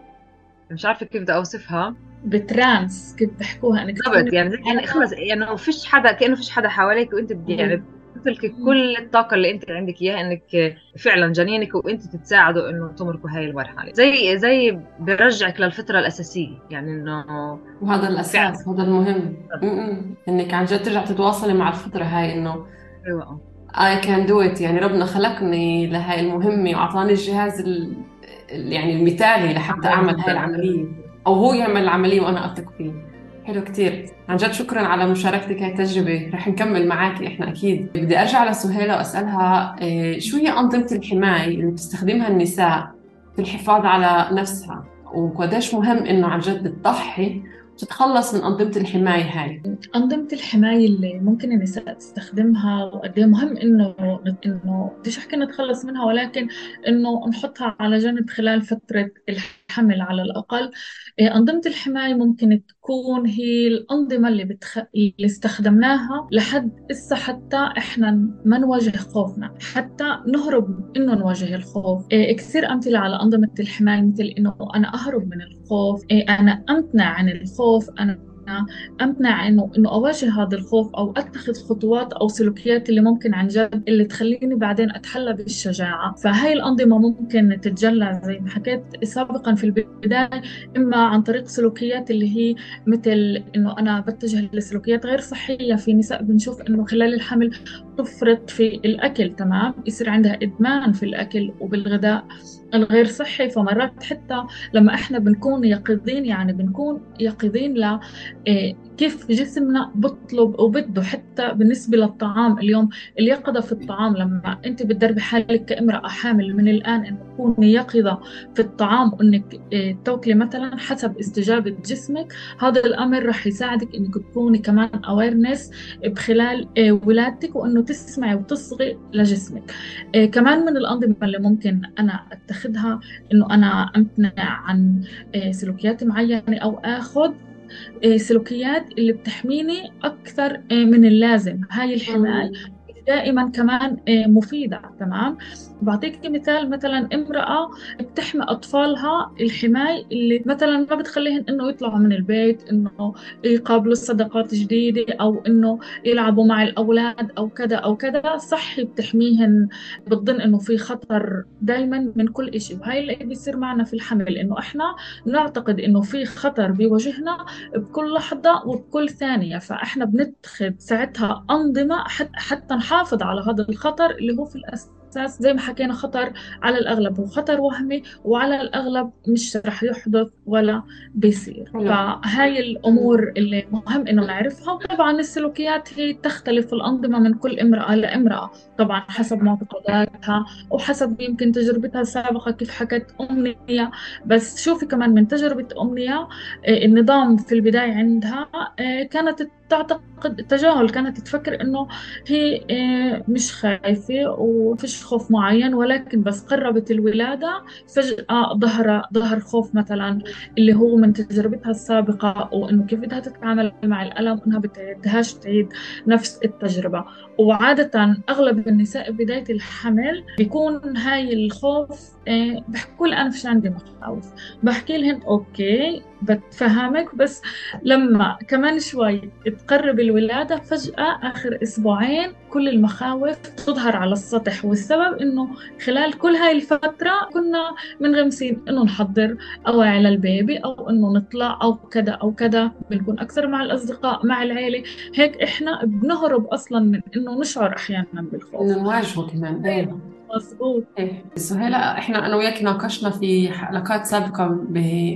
مش عارفه كيف بدي اوصفها بترانس كيف بحكوها انك بالضبط. تكوني يعني زي يعني عالم. خلص يعني ما فيش حدا، كأنه فيش حدا حواليك، وانت بدي يعني بتملكي كل الطاقة اللي انت عندك اياها انك فعلا جنينك وانت تتساعدوا انه تمرقوا هاي المرحلة. زي زي برجعك للفطرة الأساسية، يعني انه وهذا فعلا. الأساس، هذا المهم. م-م. إنك عن جد ترجع تتواصلي مع الفطرة هاي، إنه ايوه I can do it. يعني ربنا خلقني لهاي المهمة وأعطاني الجهاز ال... ال- يعني المثالي لحتى تمام أعمل هاي جدا. العملية، أو هو يعمل العملية وأنا أثق فيه. حلو كتير عن جد، شكرا على مشاركتك هاي التجربة. رح نكمل معاكي إحنا أكيد. بدي أرجع لسهيلة وأسألها إيه، شو هي أنظمة الحماية اللي بتستخدمها النساء في الحفاظ على نفسها، وقديش مهم إنه عن جد تضحي وتتخلص من أنظمة الحماية هاي؟ أنظمة الحماية اللي ممكن النساء تستخدمها وقد إيه مهم إنه إنه بديش أحكي نتخلص منها، ولكن إنه نحطها على جنب خلال فترة الحمل على الأقل. إيه، أنظمة الحماية ممكن تكون هي الأنظمة اللي, بتخ... اللي استخدمناها لحد إسا حتى إحنا ما نواجه خوفنا، حتى نهرب إنه نواجه الخوف. إيه، كثير أمثلة على أنظمة الحماية، مثل إنه أنا أهرب من الخوف، إيه، أنا أمتنع عن الخوف، أنا أمتنع إنه إنه أواجه هذا الخوف، أو أتخذ خطوات أو سلوكيات اللي ممكن عن جد اللي تخليني بعدين أتحلى بالشجاعة. فهاي الأنظمة ممكن تتجلى زي ما حكيت سابقا في البداية، إما عن طريق سلوكيات اللي هي مثل إنه أنا بتجه لسلوكيات غير صحية. في نساء بنشوف إنه خلال الحمل تفرط في الأكل، تمام، يصير عندها إدمان في الأكل وبالغذاء الغير صحي. فمرات حتى لما احنا بنكون يقظين، يعني بنكون يقظين ل إيه، كيف جسمنا بطلب وبده. حتى بالنسبة للطعام اليوم، اليقظة في الطعام، لما انت بتدربي حالك كامرأة حامل من الآن انه تكوني يقظة في الطعام، وانك إيه، تاكلي مثلا حسب استجابة جسمك، هذا الامر رح يساعدك انك تكوني كمان اويرنس بخلال إيه، ولادتك، وانه تسمعي وتصغي لجسمك. إيه، كمان من الأنظمة اللي ممكن أنا أتخذها إنه أنا أمتنع عن إيه، سلوكيات معينة، أو آخذ إيه، سلوكيات اللي بتحميني أكثر إيه، من اللازم. هاي الحماية م-م. دائما كمان إيه، مفيدة، تمام. بعطيك مثال، مثلا امرأة بتحمي أطفالها الحماية اللي مثلا ما بتخليهن إنه يطلعوا من البيت، إنه يقابلوا صداقات جديدة، أو إنه يلعبوا مع الأولاد أو كذا أو كذا. صحي بتحميهن، بتظن إنه في خطر دائما من كل إشي. وهاي اللي بيصير معنا في الحمل، إنه إحنا نعتقد إنه في خطر بيواجهنا بكل لحظة وبكل ثانية، فإحنا بنتخذ ساعتها أنظمة حتى, حتى نحافظ على هذا الخطر اللي هو في الأساس زي ما حكينا خطر على الأغلب هو خطر وهمي، وعلى الأغلب مش رح يحدث ولا بيصير. حلو. فهاي الأمور اللي مهم إنه نعرفها. طبعا السلوكيات هي تختلف الأنظمة من كل امرأة لامرأة، طبعا حسب معتقداتها وحسب يمكن تجربتها السابقة. كيف حكت أمنية، بس شوفي كمان من تجربة أمنية، النظام في البداية عندها كانت تعتقد التجاهل، كانت تفكر إنه هي مش خايفة وفيش خوف معين، ولكن بس قربت الولادة فجأة ظهر ظهر خوف مثلا اللي هو من تجربتها السابقة، وإنه كيف بدها تتعامل مع الألم، وإنها بدهاش تعيد نفس التجربة. وعادة أغلب النساء بداية الحمل بيكون هاي الخوف بحكوا لي أنا فيش عندي مخاوف، بحكي لهن أوكي بتفهمك، بس لما كمان شوي تقرب الولادة فجأة آخر أسبوعين كل المخاوف تظهر على السطح، والسبب إنه خلال كل هاي الفترة كنا منغمسين إنه نحضر أواعي للبيبي أو إنه نطلع أو كذا أو كذا، بنكون أكثر مع الأصدقاء مع العيلة. هيك إحنا بنهرب أصلا من إنه نشعر أحيانا بالخوف. إنه نواجهه كمان. إيه. مظبوط. إيه سهيلة، إحنا أنا وياك ناقشنا في حلقات سابقة ب...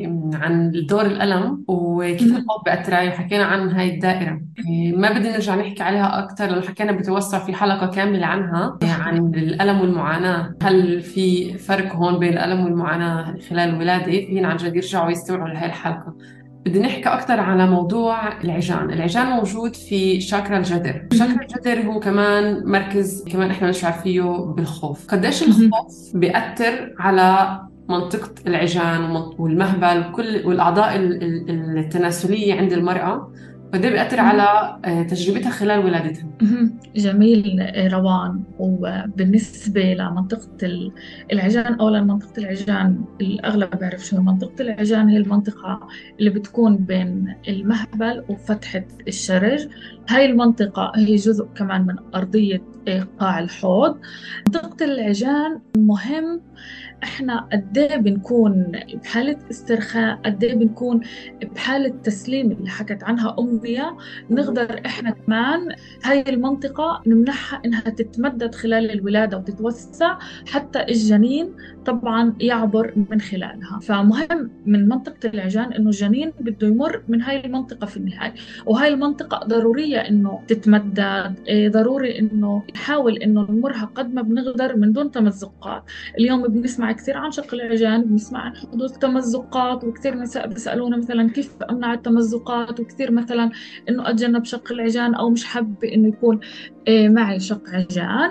عن دور الألم وكيف مهم. الخوف بيأثر عليه، وحكينا عن هاي الدائرة. إيه ما بدي نرجع نحكي عليها أكتر لأنه حكينا بتوسع في حلقة كاملة عنها، إيه عن الألم والمعاناة. هل في فرق هون بين الألم والمعاناة خلال الولادة؟ فينا عن جد يرجعوا يستمعوا لهي الحلقة. بدي نحكي أكثر على موضوع العجان. العجان موجود في شاكرا الجذر. شاكرا الجذر هو كمان مركز كمان إحنا نشعر فيه بالخوف. قديش الخوف بيأثر على منطقة العجان ومنط- والمهبل وكل والأعضاء ال- ال- التناسلية عند المرأة، قد بيأثر على آه، تجربتها خلال ولادتها. مهم. جميل. آه، روان، وبالنسبة لمنطقة ال- العجان، أولا منطقة العجان الأغلب بيعرف شو هي منطقة العجان. هي المنطقة اللي بتكون بين المهبل وفتحة الشرج. هاي المنطقة هي جزء كمان من أرضية آه، قاع الحوض. منطقة العجان مهم احنا قد ايه بنكون بحالة استرخاء، قد ايه بنكون بحالة تسليم اللي حكت عنها أمنية. نقدر احنا كمان هاي المنطقة نمنحها انها تتمدد خلال الولادة وتتوسع حتى الجنين طبعا يعبر من خلالها. فمهم من منطقة العجان انه الجنين بده يمر من هاي المنطقة في النهاية، وهاي المنطقة ضرورية انه تتمدد. إيه ضروري انه نحاول انه نمرها قد ما بنقدر من دون تمزقات. اليوم بنسمع كثير عن شق العجان، بنسمع عن حدوث تمزقات، وكثير نساء بيسألونا مثلا كيف أمنع التمزقات، وكثير مثلا إنه أتجنب شق العجان أو مش حابة إنه يكون آه، معي شق عجان.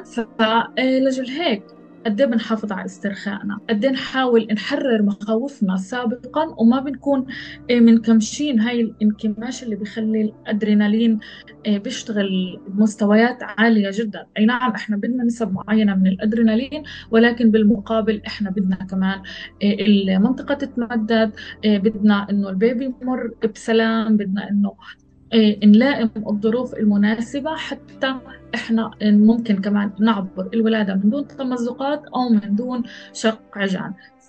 فلجل هيك قد ايه بنحافظ على استرخائنا، قد ايه نحاول نحرر مخاوفنا سابقا، وما بنكون آه، منكمشين هاي الانكماش اللي بيخلي الادرينالين آه، بيشتغل بمستويات عالية جدا. اي نعم احنا بدنا نسب معينة من الادرينالين، ولكن بالمقابل احنا بدنا كمان آه، المنطقة تتمدد، آه، بدنا انه البيبي يمر بسلام، بدنا انه آه، نلائم الظروف المناسبة حتى احنا ممكن كمان نعبر الولادة من دون تمزقات او من دون شق عجان.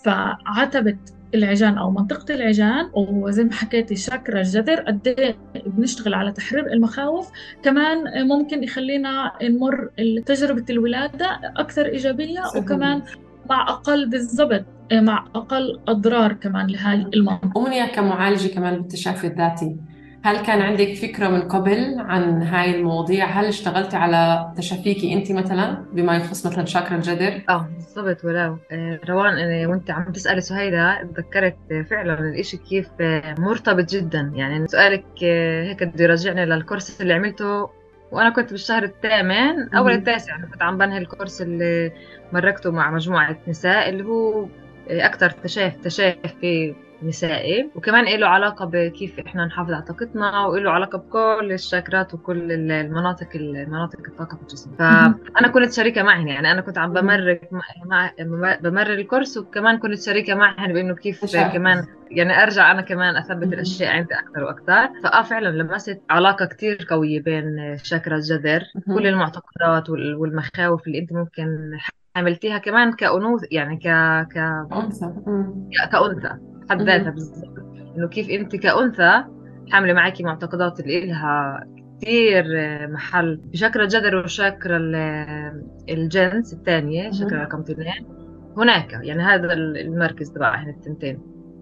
فعتبة العجان او منطقة العجان، وزي ما حكيتي شاكرا الجذر، قد ايه بنشتغل على تحرير المخاوف. كمان ممكن يخلينا نمر تجربة الولادة اكثر ايجابية، صحيح. وكمان مع اقل بالضبط مع اقل اضرار كمان لهاي المنطقة. أمنية كمعالجة كمان بالتشافي الذاتي، هل كان عندك فكرة من قبل عن هاي المواضيع؟ هل اشتغلتي على تشافيكي أنت مثلا بما يخص مثلا شاكرا الجذر؟ اه بالضبط. ولو آه، روان، أنا وانت عم تسألي سهيلة تذكرت آه، فعلا الاشي كيف آه، مرتبط جدا. يعني سؤالك آه، هيك بده يرجعني للكورس اللي عملته وانا كنت بالشهر الثامن او مهم. التاسع. يعني كنت عم بنهي الكورس اللي مركته مع مجموعة نساء، اللي هو آه، اكثر تشافي تشافي نسائي، وكمان له علاقة بكيف احنا نحافظ على طاقتنا، وله علاقة بكل الشاكرات وكل المناطق المناطق الطاقة في الجسم. فأنا كنت شريكة معهن، يعني أنا كنت عم مهم. بمرر مع مع- بمرر الكورس، وكمان كنت شريكة معهن بإنه كيف تشافي. كمان يعني أرجع أنا كمان أثبت مهم. الأشياء عندي أكثر وأكثر. فآه فعلا لمست علاقة كتير قوية بين شاكرا الجذر، كل مهم. المعتقدات وال- والمخاوف اللي أنت ممكن حملتيها كمان كأنوث، يعني ك ك أنثى. مهم. كأنثى حد ذاتها مهم. بالضبط. انه كيف انت كأنثى حامله معك معتقدات اللي إلها كثير محل في شاكرا الجذر وشاكرا ال- الجنس الثانية، شاكرا مهم. رقم اثنين. هناك يعني هذا المركز تبعهن التنتين،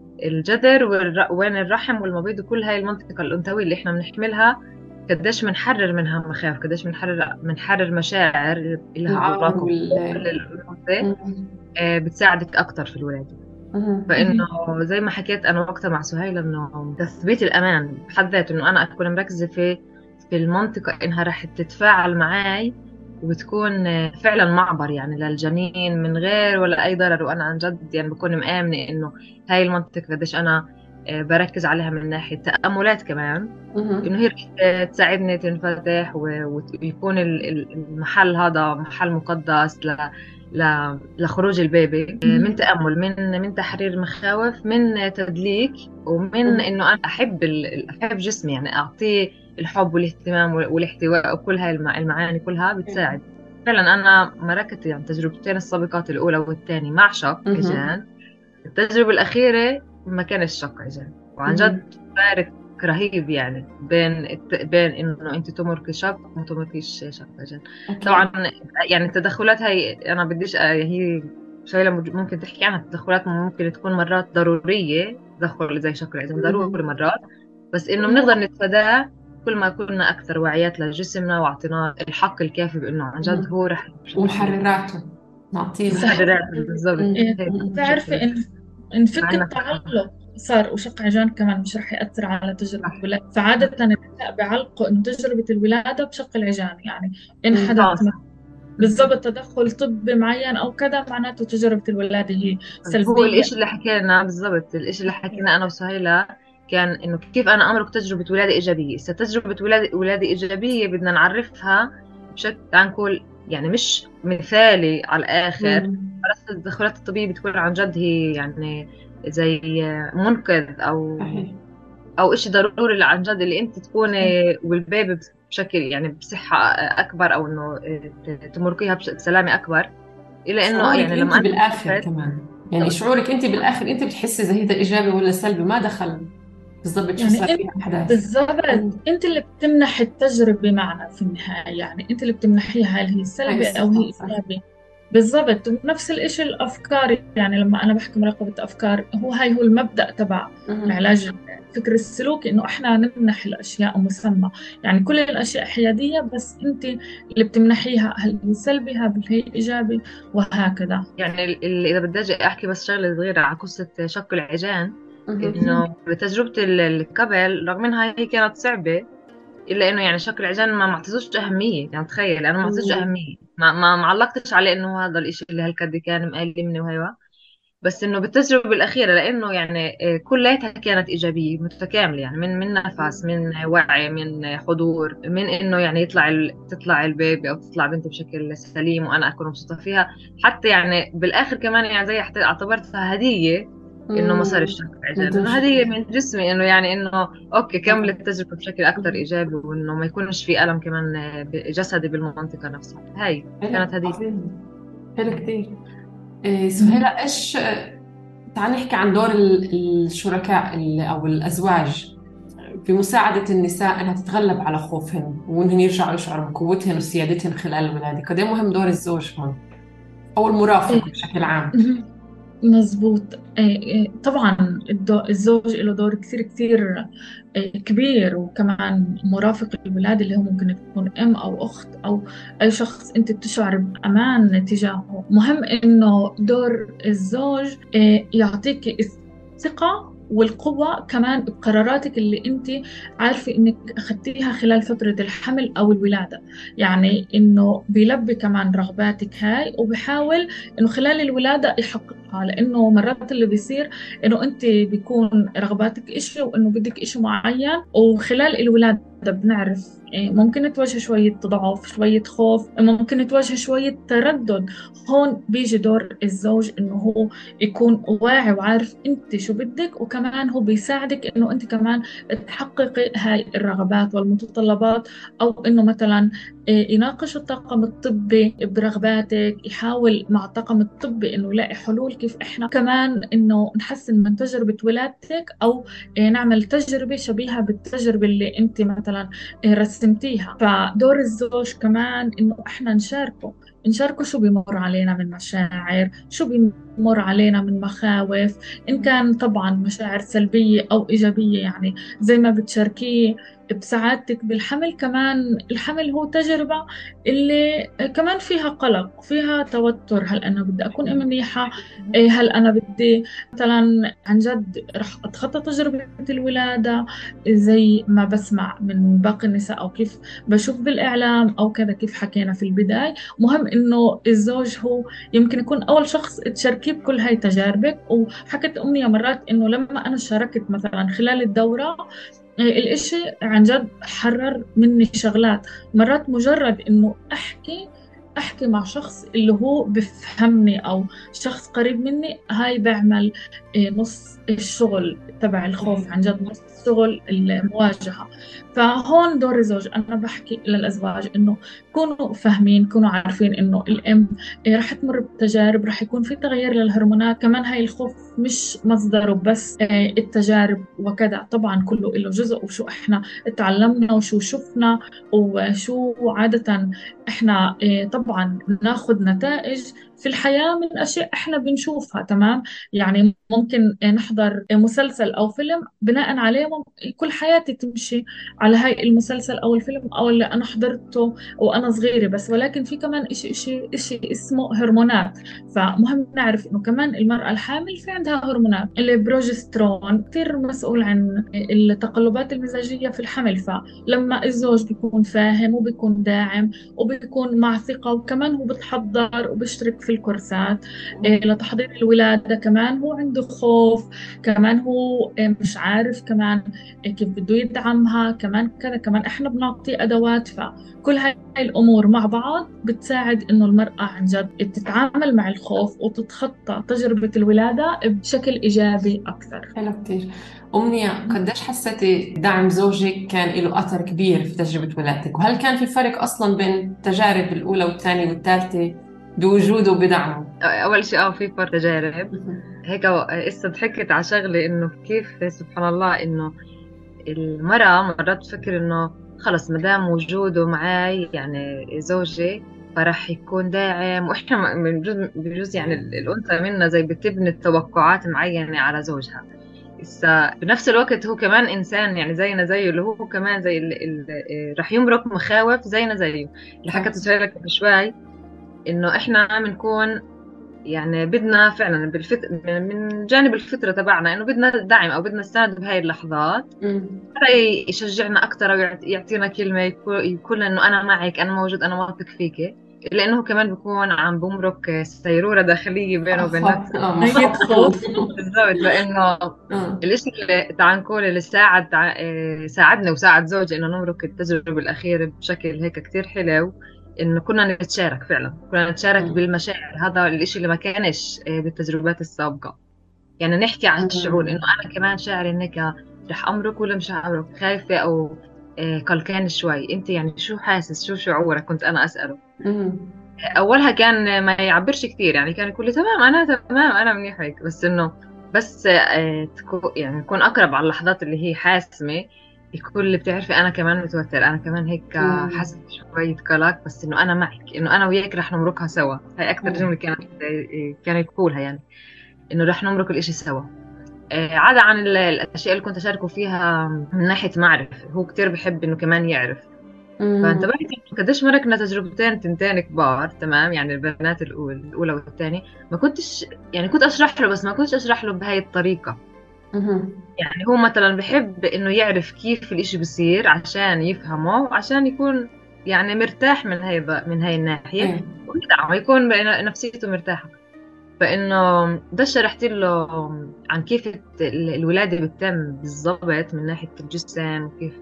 الجذر والر- وين الرحم والمبيض وكل هاي المنطقة الأنثوية اللي احنا بنحملها. قديش بنحرر منها مخاوف، قديش بنحرر بنحرر مشاعر إلها العار علاقة وال بكل الأنثى. مهم. آه، بتساعدك أكتر في الولادة. مهم. فانه زي ما حكيت انا وقتها مع سهيل، انه تثبيت الامان بحد ذاته، انه انا اكون مركزه في في المنطقه انها راح تتفاعل معي وبتكون فعلا معبر يعني للجنين من غير ولا اي ضرر. وانا عن جد يعني بكون مآمنه انه هاي المنطقه قديش انا آه، بركز عليها من ناحية تأملات كمان، مهم. إنه هي رح تساعدني تنفتح و- ويكون ال- ال- المحل هذا محل مقدس ل ل- لخروج البيبي، آه، من تأمل، من من تحرير مخاوف، من تدليك، ومن مهم. إنه أنا أحب ال- أحب جسمي، يعني أعطيه الحب والاهتمام والاحتواء، وكل هاي المع- المعاني كلها بتساعد. فعلا أنا مركت يعني تجربتين السابقات الأولى والثانية مع شق مهم. عجان. التجربة الأخيرة ما كانش شق عجان، وعن مهم. جد فارق رهيب يعني بين الت... بين إنه أنت تمركي شق وما تمركيش شق عجان. أكيد. طبعا يعني التدخلات هي أنا بديش هي شوية ممكن تحكي عنها. التدخلات ممكن تكون مرات ضرورية، تدخل زي شق العجان ضروري مهم. مرات، بس إنه بنقدر نتفاداه كل ما كنا أكثر وعيات لجسمنا وأعطيناه الحق الكافي بإنه عن جد مهم. هو رح بشكل ومحرراته نعطيه. صح. محررات بالضبط إيه، هيك بتعرفي بشكل إن نفك معنا. التعلق صار وشق عجان كمان مش رح يأثر على تجربة صح الولادة. فعادة النساء بيعلقوا إن تجربة الولادة بشق العجان، يعني إن مم. حدث اه صح بالضبط. بالضبط تدخل طبي معين أو كذا معناته تجربة الولادة هي هو سلبية. الإشي اللي حكينا بالضبط، الإشي اللي حكينا أنا وسهيلة كان إنه كيف أنا أملك تجربة ولادة إيجابية. إذا تجربة ولادة ولادة إيجابية بدنا نعرفها بشكل نقول يعني مش مثالي على الآخر، مم. بس التدخلات الطبية بتكون عن جد هي يعني زي منقذ أو صحيح. أو إشي ضروري اللي عن جد اللي أنت تكوني والبيبي بشكل يعني بصحة أكبر، أو إنه تمرقيها بش- بسلامة أكبر. إلا إنه شعورك يعني انت لما أنا بالاخر خفت كمان، يعني شعورك انت بالاخر انت بتحسي اذا هي ده ايجابي ولا سلبي، ما دخل بالضبط شو يعني صار انت فيها احداث. بالضبط مم. انت اللي بتمنح التجربه معنا في النهايه، يعني انت اللي بتمنحيها هل هي هاي سلبي او الصفة هي صح. ايجابي. بالضبط. ونفس الإشي الافكار، يعني لما انا بحكي مراقبه افكار هو هاي هو المبدا تبع مهم. العلاج الفكر السلوكي، انه احنا نمنح الاشياء مسمى. يعني كل الاشياء حياديه بس انت اللي بتمنحيها هل هي سلبي هل هي ايجابي وهكذا. يعني ال- ال- إذا بدي أجي أحكي بس شغلة صغيرة على قصة شق العجان، مهم. إنه بتجربة ال- القبل رغم إنها هي كانت صعبة، إلا إنه يعني شق العجان ما معطيتوش أهمية. يعني تخيل أنا ما معطيتوش مم. أهمية، ما ما ما علقتش عليه إنه هذا الإشي اللي هالقد كان مألمني وهيوا. بس انه بالتجربه الاخيره لانه يعني آه، كلياتها كانت ايجابيه متكامله، يعني من من نفس، من وعي، من حضور، من انه يعني يطلع ال... تطلع البيبي او تطلع بنتي بشكل سليم وانا اكون مبسوطه فيها. حتى يعني بالاخر كمان يعني زي حتى اعتبرتها هديه، انه ما صار مم. الشك عشان بدون انه شك. هديه من جسمي، انه يعني انه اوكي طبعا. كملت التجربه بشكل اكثر مم. ايجابي، وانه ما يكونش في الم كمان آه، جسدي بالمنطقه نفسها. هاي حلو كانت هديه. عظيم. حلو كتير. إيه سهيلة، ايش تعال نحكي عن دور ال- الشركاء ال- او الازواج في مساعدة النساء انها تتغلب على خوفهن وانهن يرجعوا يشعروا بقوتهن وسيادتهن خلال الولادة. قد ايه مهم دور الزوج هون او المرافق بشكل عام. مظبوط. إيه إيه طبعا الدو- الزوج له دور كثير كثير إيه كبير، وكمان مرافق الولادة اللي هو ممكن تكون أم أو أخت أو أي شخص أنت بتشعر بأمان تجاهه. مهم إنه دور الزوج إيه يعطيك الثقة والقوة كمان بقراراتك اللي أنت عارفة إنك أخذتيها خلال فترة الحمل أو الولادة. يعني إنه بيلبي كمان رغباتك هاي وبحاول إنه خلال الولادة يحققها، لأنه مرات اللي بيصير إنه أنت بيكون رغباتك إشي وإنه بدك إشي معين، وخلال الولادة بنعرف إيه، ممكن تواجه شوية ضعف، شوية خوف، ممكن تواجه شوية تردد. هون بيجي دور الزوج إنه هو يكون واعي وعارف أنت شو بدك، وكمان هو بيساعدك إنه أنت كمان تحققي هاي الرغبات والمتطلبات. أو إنه مثلا إيه، يناقش الطاقم الطبي برغباتك، يحاول مع الطاقم الطبي إنه يلاقي حلول كيف إحنا كمان إنه نحسن من تجربة ولادتك، أو إيه، نعمل تجربة شبيهة بالتجربة اللي أنت مثلا إيه، رسمتيها. فدور الزوج كمان إنه إحنا نشاركه نشاركه شو بيمر علينا من مشاعر، شو بيمر علينا من مخاوف، إن كان طبعا مشاعر سلبية أو إيجابية، يعني زي ما بتشاركيه بسعادتك بالحمل. كمان الحمل هو تجربة اللي كمان فيها قلق، فيها توتر. هل أنا بدي أكون منيحة؟ إيه، هل أنا بدي مثلا عن جد رح أتخطى تجربة الولادة زي ما بسمع من باقي النساء أو كيف بشوف بالإعلام أو كذا كيف حكينا في البداية. مهم إنه الزوج هو يمكن يكون أول شخص تشاركيه بكل هاي تجاربك. وحكت أمنية مرات إنه لما أنا شاركت مثلا خلال الدورة، الإشي عن جد حرر مني شغلات. مرات مجرد إنه أحكي أحكي مع شخص اللي هو بفهمني أو شخص قريب مني، هاي بعمل إيه، نص الشغل تبع الخوف. عن جد نص الشغل المواجهة. فهون دور الزوج. أنا بحكي للأزواج إنه كونوا فاهمين، كونوا عارفين إنه الأم إيه، رح تمر بتجارب، رح يكون في تغيير للهرمونات. كمان هاي الخوف مش مصدره بس إيه، التجارب وكذا. طبعا كله له جزء، وشو إحنا تعلمنا وشو شفنا وشو عادة إحنا إيه، طبعا ناخذ نتائج في الحياة من أشياء إحنا بنشوفها. تمام. يعني ممكن نحضر مسلسل أو فيلم بناء عليه مم- كل حياتي تمشي على هاي المسلسل أو الفيلم أو اللي أنا حضرته وأنا صغيرة بس. ولكن في كمان إشي إشي إشي اسمه هرمونات. فمهم نعرف إنه كمان المرأة الحامل في عندها هرمونات. البروجسترون كثير مسؤول عن التقلبات المزاجية في الحمل. فلما الزوج بيكون فاهم وبيكون داعم وبيكون مع ثقة، وكمان هو بتحضر وبيشترك في الكورسات إيه، لتحضير الولادة، كمان هو عنده خوف، كمان هو إيه، مش عارف كمان إيه، كيف بده يدعمها، كمان كذا، كمان احنا بنعطيه ادوات. فكل هاي الامور مع بعض بتساعد انه المرأة عن جد تتعامل مع الخوف وتتخطى تجربة الولادة بشكل ايجابي اكثر. حلو كتير. أمنية، قديش حسيتي دعم زوجك كان له أثر كبير في تجربة ولادتك؟ وهل كان في فرق أصلا بين التجارب الأولى والثانية والثالثة بوجوده وبدعمه؟ اول شيء اه في فرق تجارب هيك. هسه ضحكت على شغله انه كيف سبحان الله انه المرأة مرات تفكر انه خلص مدام وجوده معي يعني زوجي فرح يكون داعم. واحنا من بجوز بجوز يعني ال- الانثى منا زي بتبني توقعات معينة على زوجها. هسه بنفس الوقت هو كمان انسان يعني زينا زيه، اللي هو كمان زي ال... ال... رح يمرق مخاوف زينا زيه. اللي صح. حكيت لك قبل شوي انه احنا بنكون يعني بدنا فعلا بالفت... من من جانب الفطرة تبعنا انه بدنا دعم او بدنا نساعد بهاي اللحظات. أمم. مرة يشجعنا اكثر او يعط- يعطينا كلمة يكو- يقول انه انا معك، انا موجود، انا واثق فيك. لانه كمان بيكون عم بمرق سيرورة داخلية بينه وبين خوف، نفسه. اه هي مخاوف. خوف. بالضبط. لانه اه. الاشي اللي تعال نقول اللي ساعد تع- إيه، ساعدني وساعد زوجي انه نمرق التجربة الاخيرة بشكل هيك كتير حلو، انه كنا نتشارك فعلا، كنا نتشارك أمم. بالمشاعر. هذا الاشي اللي ما كانش إيه، بالتجربات السابقة. يعني نحكي عن الشعور انه أمم. انا كمان شاعر انك رح امرك ولا مش امرك، خايفة او إيه، قلقان شوي. انت يعني شو حاسس، شو شعورك؟ كنت انا اسأله. أمم. اولها كان ما يعبرش كثير، يعني كان يقول لي تمام انا تمام انا منيح هيك. بس انه بس آه، تكو يعني نكون اقرب على اللحظات اللي هي حاسمه، يكون اللي بتعرفي انا كمان متوتر، انا كمان هيك آه، أمم. حاسه شويه قلق، بس انه انا معك، انه انا وياك رح نمرقها سوا. هاي اكثر أمم. جمله كانت آه، كان يقولها، يعني انه رح نمرق الاشي سوا. آه، عدا عن ال- الاشياء اللي كنت اشاركه فيها من ناحيه معرفه، هو كتير بحب انه كمان يعرف. أمم. فانتبهت إنه قديش مركنا تجربتين تنتين كبار، تمام، يعني البنات الأول الأولى والثانية. ما كنتش يعني كنت أشرح له، بس ما كنتش أشرح له بهاي الطريقة. أمم. يعني هو مثلا بحب إنه يعرف كيف الإشي بصير عشان يفهمه وعشان يكون يعني مرتاح من هاي من هاي الناحية، ايه. ويدعم يكون نفسيته مرتاحة. فإنه ده شرحت له عن كيف الت- الولادة بتتم بالضبط من ناحية الجسم، وكيف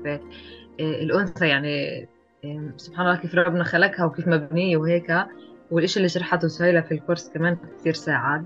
الأنثى يعني آم، سبحان الله كيف ربنا خلقها وكيف مبنية وهيك. والإشي اللي شرحته سهيلة في الكورس كمان كثير ساعد.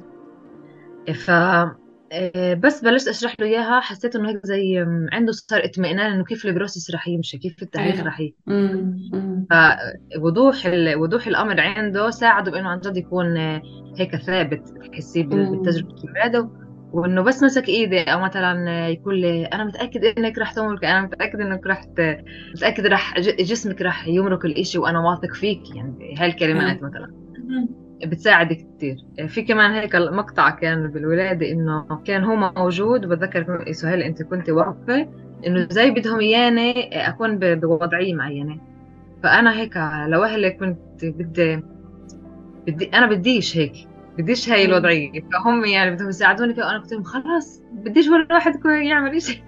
ف آه، بس بلشت أشرح له إياها، حسيت إنه هيك زي آم، عنده صار اطمئنان إنه كيف البروسيس رح يمشي، كيف التاريخ حلو. رح يمشي. أمم. أمم. فوضوح ال... وضوح الأمر عنده ساعده بإنه عن جد يكون آه، هيك ثابت، تحسيه بال- أمم. بالتجربة الولادة. وإنه بس مسك إيدي أو مثلا آه، يقول لي أنا متأكد إنك رح تمرك، أنا متأكد إنك رح ت... متأكد رح ج- جسمك رح يمرك الإشي وأنا واثق فيك، يعني هاي الكلمات حلو. مثلا أمم. بتساعد كتير. في كمان هيك مقطع كان بالولادة إنه كان هو موجود، وبتذكر سهيل أنت كنت واقفة، إنه زي بدهم إياني أكون ب- بوضعية معينة. فأنا هيك لوهلة كنت بدي بدي أنا بديش هيك، بديش هاي مم. الوضعية. فهم يعني بدهم يساعدوني فيها، وأنا قلت لهم خلاص بديش ولا واحد يكون يعمل إشي.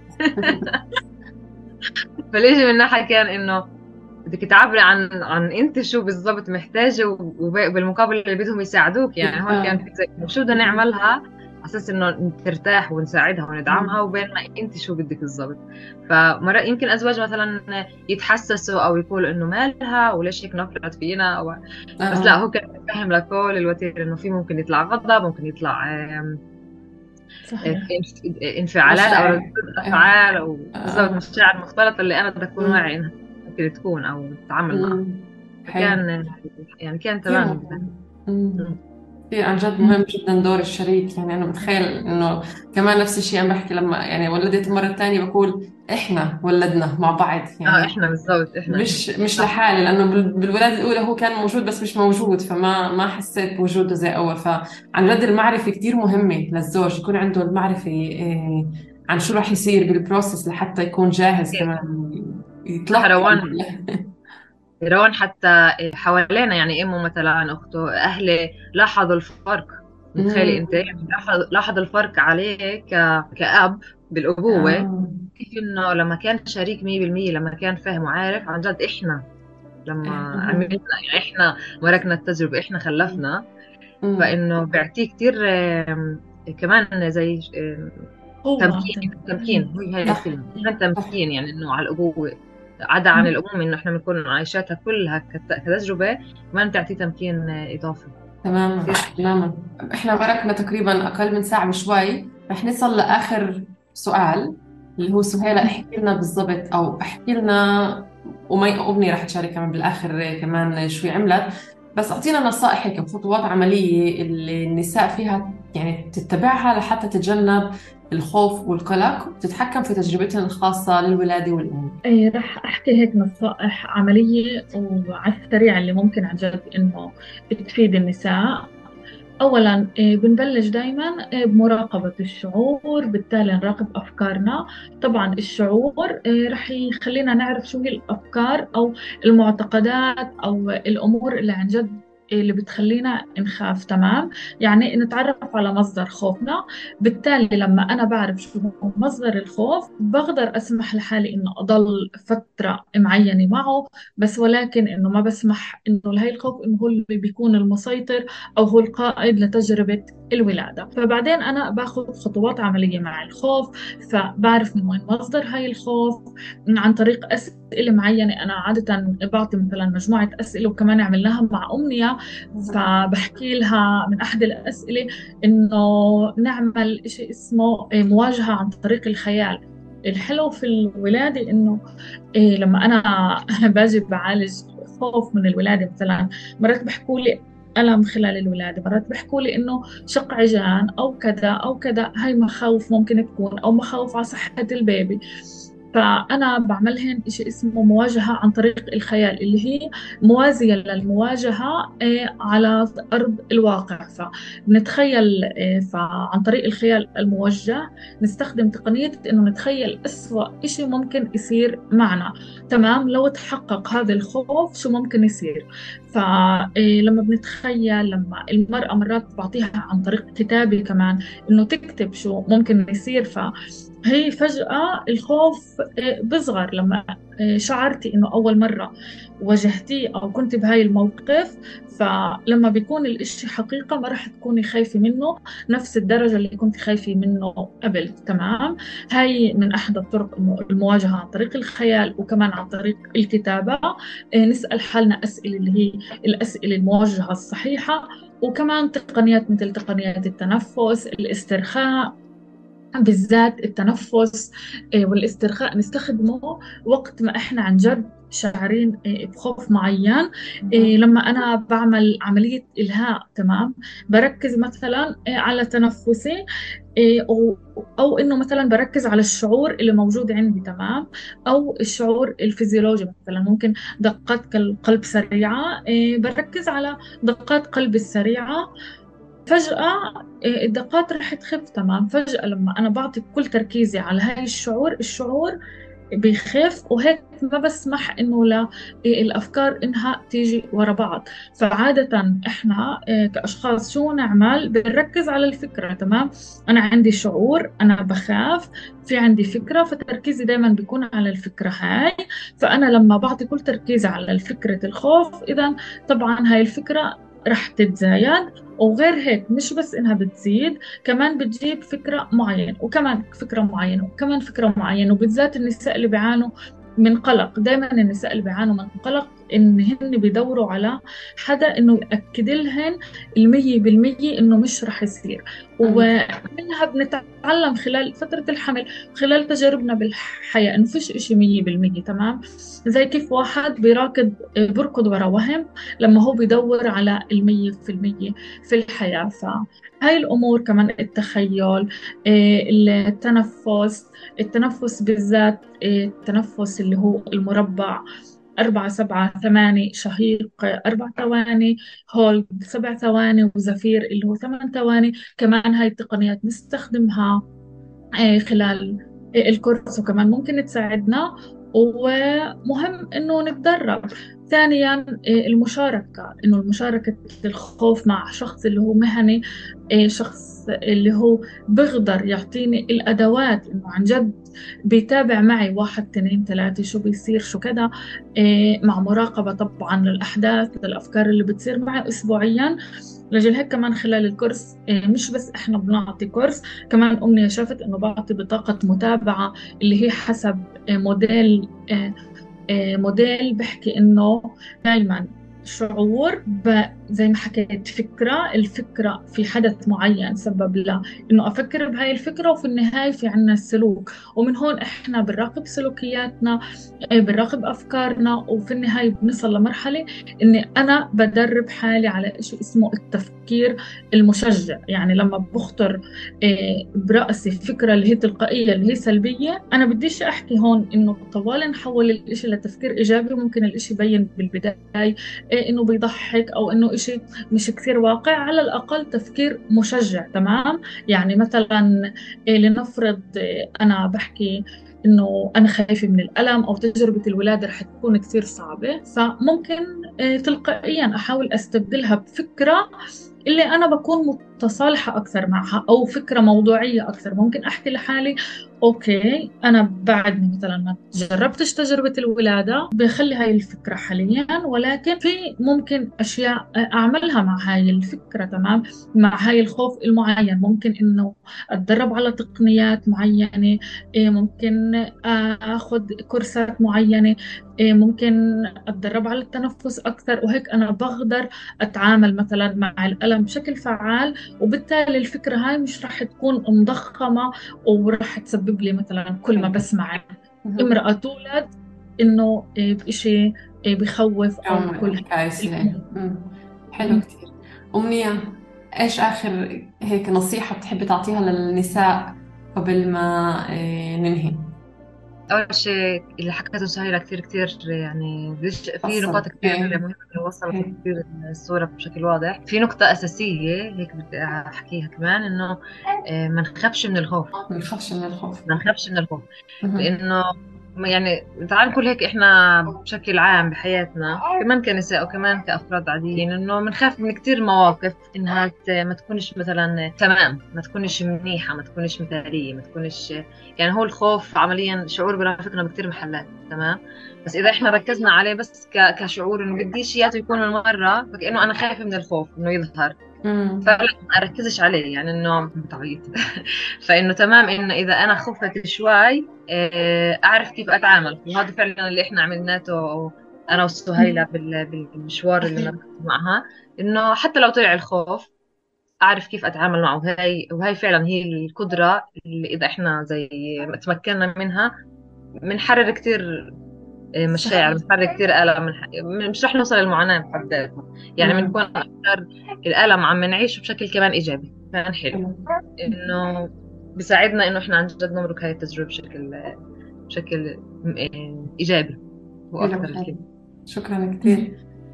فالإشي من ناحية كان إنه بدك تعبري عن عن انت شو بالضبط محتاجه، وبالمقابل اللي بدهم يساعدوك. يعني هون كان آه. في زي إنه شو بدنا نعملها على اساس انه ترتاح ونساعدها وندعمها، مم. وبين ما انت شو بدك بالضبط. فمرة يمكن ازواج مثلا يتحسسوا او يقولوا انه مالها وليش هيك نفرت فينا أو... بس لا، آه. هو كان فاهم لكل الوتيره انه في ممكن يطلع غضب، ممكن يطلع آم، آه، صحيح. انف- انفعالات او ردود مشاعر. آه. افعال او بالضبط آه. مشاعر مختلطه اللي انا بدي اكون واعي مم. انها ممكن تكون او تتعامل معها. مم. حلو. فكان يعني كان كثير تمام جدا. مهم. مم. مم. كثير عن جد مهم جدا دور الشريك. يعني أنا بتخيل إنه كمان نفس الشيء أنا بحكي لما يعني ولدت المرة الثانية بقول إحنا ولدنا مع بعض اه يعني. احنا بالضبط احنا احنا مش مش صح. لحالي، لأنه بال- بالولادة الأولى هو كان موجود بس مش موجود، فما ما حسيت بوجوده زي أول. فعن جد المعرفة كثير مهمة للزوج، يكون عنده المعرفة إيه، عن شو راح يصير بالبروسس لحتى يكون جاهز أكيد. كمان صح يتلقى. روان. روان حتى حوالينا يعني امه مثلا اخته اهلي لاحظوا الفرق. متخيلي أمم. انت يعني لاحظ لاحظ الفرق عليه ك... كأب بالأبوة. آه. كيف انه لما كان شريك مية بالمية، لما كان فاهم وعارف عن جد. احنا لما أمم. عملنا يعني احنا مركنا التجربة، احنا خلفنا. أمم. فانه بيعطيه كثير كمان زي آم، قوة. تمكين. تمكين هو هاي صح. الكلمة، كمان صح. تمكين يعني انه على الابوة. عدا عن الامومة انه احنا بنكون عايشاتها كلها كت- كتجربة، كمان بتعطي تمكين آه، اضافي تماما. كثير. تماما. احنا مركنا تقريبا اقل من ساعه بشوي، رح نصل لاخر سؤال اللي هو سهيلة احكي لنا بالضبط، او احكي لنا، ومي أمنية رح تشارك كمان بالاخر كمان شوي عملت. بس اعطينا نصائح هيك خطوات عمليه اللي النساء فيها يعني تتبعها لحتى تتجنب الخوف والقلق وتتحكم في تجربتهم الخاصه للولاده والام. إيه، رح أحكي هيك نصائح عملية وعلى السريع اللي ممكن عن جد إنه تفيد النساء. أولا إيه، بنبلش دايما إيه، بمراقبة الشعور، بالتالي نراقب أفكارنا. طبعا الشعور إيه، رح يخلينا نعرف شو هي الأفكار أو المعتقدات أو الأمور اللي عن جد اللي بتخلينا نخاف. تمام، يعني نتعرف على مصدر خوفنا. بالتالي لما أنا بعرف شو هو مصدر الخوف بقدر أسمح لحالي إنه أضل فترة معينة معه، بس ولكن إنه ما بسمح إنه لهي الخوف إنه هو اللي بيكون المسيطر أو هو القائد لتجربة الولادة. فبعدين أنا باخذ خطوات عملية مع الخوف، فبعرف من وين مصدر هاي الخوف عن طريق أسئلة معينة. أنا عادة بعطي مثلا مجموعة أسئلة وكمان عملناها مع أمنية، فبحكي لها من أحد الأسئلة إنه نعمل إشي اسمه مواجهة عن طريق الخيال. الحلو في الولادة إنه إيه لما أنا باجي بعالج خوف من الولادة مثلا، مرات بحكوا لي ألم خلال الولادة، مرات بيحكوا لي إنه شق عجان أو كذا أو كذا. هاي مخاوف ممكن تكون أو مخاوف على صحة البيبي. فأنا بعملهن إشي اسمه مواجهة عن طريق الخيال، اللي هي موازية للمواجهة آه، على أرض الواقع. فبنتخيل آه، فعن طريق الخيال الموجه نستخدم تقنية إنه نتخيل أسوأ إشي ممكن يصير معنا. تمام، لو تحقق هذا الخوف شو ممكن يصير. فلما بنتخيل، لما المرأة مرات بعطيها عن طريق كتابة كمان إنه تكتب شو ممكن يصير، ف هي فجأة الخوف آه، بصغر. لما آه، شعرتي إنه أول مرة واجهتيه أو كنت بهاي الموقف، فلما بيكون الإشي حقيقة ما راح تكوني خايفة منه نفس الدرجة اللي كنت خايفة منه قبل. تمام، هاي من أحد الطرق، المواجهة عن طريق الخيال وكمان عن طريق الكتابة. آه، نسأل حالنا أسئلة اللي هي الأسئلة الموجهة الصحيحة، وكمان تقنيات مثل تقنيات التنفس، الاسترخاء. بالذات التنفس آه، والاسترخاء نستخدمه وقت ما احنا عن جد شاعرين آه، بخوف معين. آه، لما انا بعمل عملية إلهاء، تمام، بركز مثلا آه، على تنفسي، آه، او او انه مثلا بركز على الشعور اللي موجود عندي. تمام، او الشعور الفيزيولوجي، مثلا ممكن دقات القلب سريعة، آه، بركز على دقات قلبي السريعة. فجأة إيه، الدقات رح تخف. تمام، فجأة لما أنا بعطي كل تركيزي على هاي الشعور، الشعور بيخاف، وهيك ما بسمح إنه للأفكار إنها تيجي ورا بعض. فعادة إحنا آه، كأشخاص شو نعمل؟ بنركز على الفكرة. تمام، أنا عندي شعور، أنا بخاف، في عندي فكرة، فتركيزي دايما بيكون على الفكرة هاي. فأنا لما بعطي كل تركيزي على الفكرة الخوف، إذا طبعا هاي الفكرة رح تتزايد. وغير هيك، مش بس إنها بتزيد، كمان بتجيب فكرة معينة، وكمان فكرة معينة، وكمان فكرة معينة. وبالذات النساء اللي بيعانوا من قلق، دائما النساء اللي بيعانوا من قلق إن هن بيدوروا على حدا إنه يأكد لهن المية بالمية إنه مش رح يصير. ومنها بنتعلم خلال فترة الحمل، خلال تجاربنا بالحياة، إنه فيش إشي مية بالمية. تمام، زي كيف واحد بيراكض بركض ورا وهم لما هو بيدور على المية في المية في الحياة. فهاي الأمور كمان، التخيل، التنفس التنفس بالذات، التنفس اللي هو المربع، أربعة سبعة ثمانية، شهيق أربع ثواني، هولد سبع ثواني، وزفير اللي هو ثمان ثواني. كمان هاي التقنيات نستخدمها خلال الكورس، وكمان ممكن تساعدنا. ومهم إنه نتدرب. ثانيا المشاركة، إنه المشاركة الخوف مع شخص اللي هو مهني، شخص اللي هو بيقدر يعطيني الأدوات، إنه عن جد بيتابع معي واحد اثنين ثلاثة شو بيصير شو كذا، مع مراقبة طبعا للأحداث للأفكار اللي بتصير معي أسبوعيا. لجل هيك كمان خلال الكورس، مش بس إحنا بنعطي كورس، كمان أمنية شافت إنه بعطي بطاقة متابعة اللي هي حسب موديل موديل بحكي إنه دايما شعور، زي ما حكيت فكرة، الفكرة في حدث معين سبب له إنه أفكر بهاي الفكرة، وفي النهاية في عنا السلوك. ومن هون إحنا بنراقب سلوكياتنا، بنراقب أفكارنا، وفي النهاية بنصل لمرحلة إني أنا بدرب حالي على إشي اسمه التفكير المشجع. يعني لما بخطر برأسي فكرة اللي هي تلقائية اللي هي سلبية، أنا بديش أحكي هون إنه طوال نحول الإشي لتفكير إيجابي. ممكن الإشي يبين بالبداية إنه بيضحك أو إنه إشي مش كثير واقع، على الأقل تفكير مشجع. تمام، يعني مثلا لنفرض أنا بحكي إنه أنا خايفة من الألم، أو تجربة الولادة رح تكون كثير صعبة، فممكن تلقائيا أحاول أستبدلها بفكرة اللي أنا بكون متصالحة أكثر معها، أو فكرة موضوعية أكثر. ممكن أحكي لحالي أوكي، أنا بعدني مثلا ما جربتش تجربة الولادة، بخلي هاي الفكرة حاليا، ولكن في ممكن أشياء أعملها مع هاي الفكرة. تمام، مع هاي الخوف المعين، ممكن إنه أتدرب على تقنيات معينة، ممكن أخذ كورسات معينة، ممكن أتدرب على التنفس أكثر. وهيك أنا بقدر أتعامل مثلا مع الألم بشكل فعال، وبالتالي الفكرة هاي مش رح تكون مضخمة، ورح تسبب لي مثلا كل ما بسمع امرأة تولد إنه بإشي بخوف أو كل كارثة. حلو كتير. أمنية، إيش آخر هيك نصيحة بتحبي تعطيها للنساء قبل ما ننهي؟ أول شيء اللي حكته سهيلة كتير كتير، يعني في نقاط كتير مهمة اللي وصلت كتير الصورة بشكل واضح. في نقطة أساسية هيك بدي أحكيها كمان، إنه ما نخافش من الخوف. ما نخافش من الخوف ما نخافش من الخوف لأنه يعني تعال نقول هيك، إحنا بشكل عام بحياتنا كمان كنساء وكمان كأفراد عاديين، إنه بنخاف من كتير مواقف إنها ما تكونش مثلا تمام، ما تكونش منيحة، ما تكونش مثالية، ما تكونش يعني. هو الخوف عمليا شعور بيرافقنا بكتير محلات. تمام، بس إذا إحنا ركزنا عليه بس كشعور إنه بديش إياه يكون من مرة، فكأنه أنا خايفة من الخوف إنه يظهر، فلا ما أركزش عليه، يعني إنه بتعيط فإنه تمام، إنه إذا أنا خفت شوي أعرف كيف أتعامل. وهذا فعلا اللي إحنا عملناته أنا وسهيلة بالمشوار اللي مركز معها، إنه حتى لو طلع الخوف أعرف كيف أتعامل معه. وهي وهي فعلا هي القدرة اللي إذا إحنا زي تمكنا منها بنحرر كتير مشاعر، بنحرر كتير ألم، مش رح نوصل للمعاناة بحد ذاتها، يعني بنكون أكثر الألم عم نعيشه بشكل كمان إيجابي. كمان حلو إنه بيساعدنا إنه إحنا عن جد نمرق هاي التجربة بشكل بشكل إيجابي وأكثر الكلمة. شكرا كثير.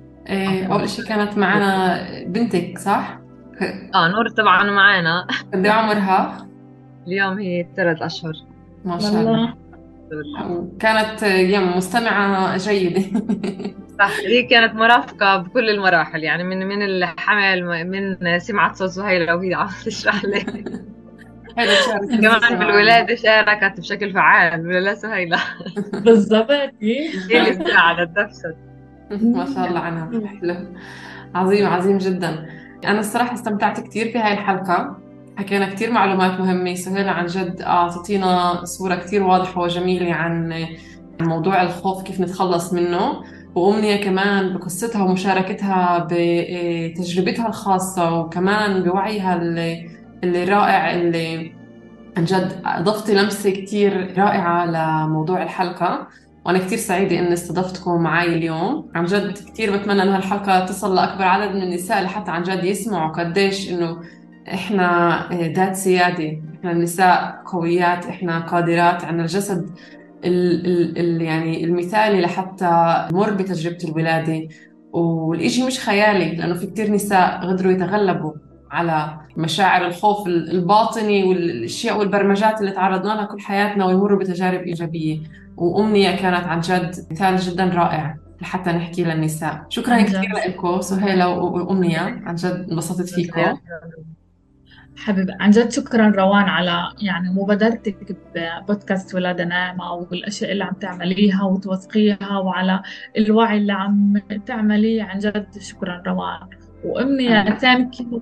أول شيء كانت معنا بنتك صح؟ آه نور طبعا معنا. قد إيه عمرها؟ اليوم هي ثلاث أشهر. ما شاء الله. وكانت يعني مستمعة جيدة. صح، هي كانت مرافقة بكل المراحل، يعني من من الحمل، من سمعت صوت سهيلة وهي عم تشرح لي. حلو تشارك كمان قصتها معنا. بالولادة شاركت بشكل فعال، ولا لا سهيلة؟ بالضبط. هي اللي ساعدت نفسها. ما شاء الله عنها، حلو. عظيم عظيم جدا. أنا الصراحة استمتعت كثير في هاي الحلقة، حكينا كثير معلومات مهمة. سهيلة عن جد أعطيتينا صورة كثير واضحة وجميلة عن عن موضوع الخوف، كيف نتخلص منه. وأمنية كمان بقصتها ومشاركتها بتجربتها الخاصة، وكمان بوعيها اللي, اللي رائع، اللي عن جد أضفتي لمسة كتير رائعة لموضوع الحلقة. وأنا كتير سعيدة إني استضفتكم معي اليوم. عن جد كتير بتمنى إنه هالحلقة تصل لأكبر عدد من النساء، لحتى عن جد يسمعوا قديش إنه إحنا ذات سيادة، إحنا النساء قويات، إحنا قادرات، عنا الجسد ال ال ال يعني المثالي لحتى نمر بتجربة الولادة. والإشي مش خيالي، لأنه في كتير نساء قدروا يتغلبوا على مشاعر الخوف الباطني والاشياء والبرمجات اللي تعرضنا لها كل حياتنا، ويمروا بتجارب ايجابيه. وامنيه كانت عن جد مثال جدا رائع لحتى نحكي للنساء. شكرا عن كثير جد لكم سهيله وامنيه، عن جد انبسطت فيكم. حبيبي، عن جد شكرا روان على يعني مبادرتك ببودكاست ولادة ناعمة، والأشياء اللي عم تعمليها وتوثقيها، وعلى الوعي اللي عم تعمليه. عن جد شكرا روان، وأمنية ثانك يو.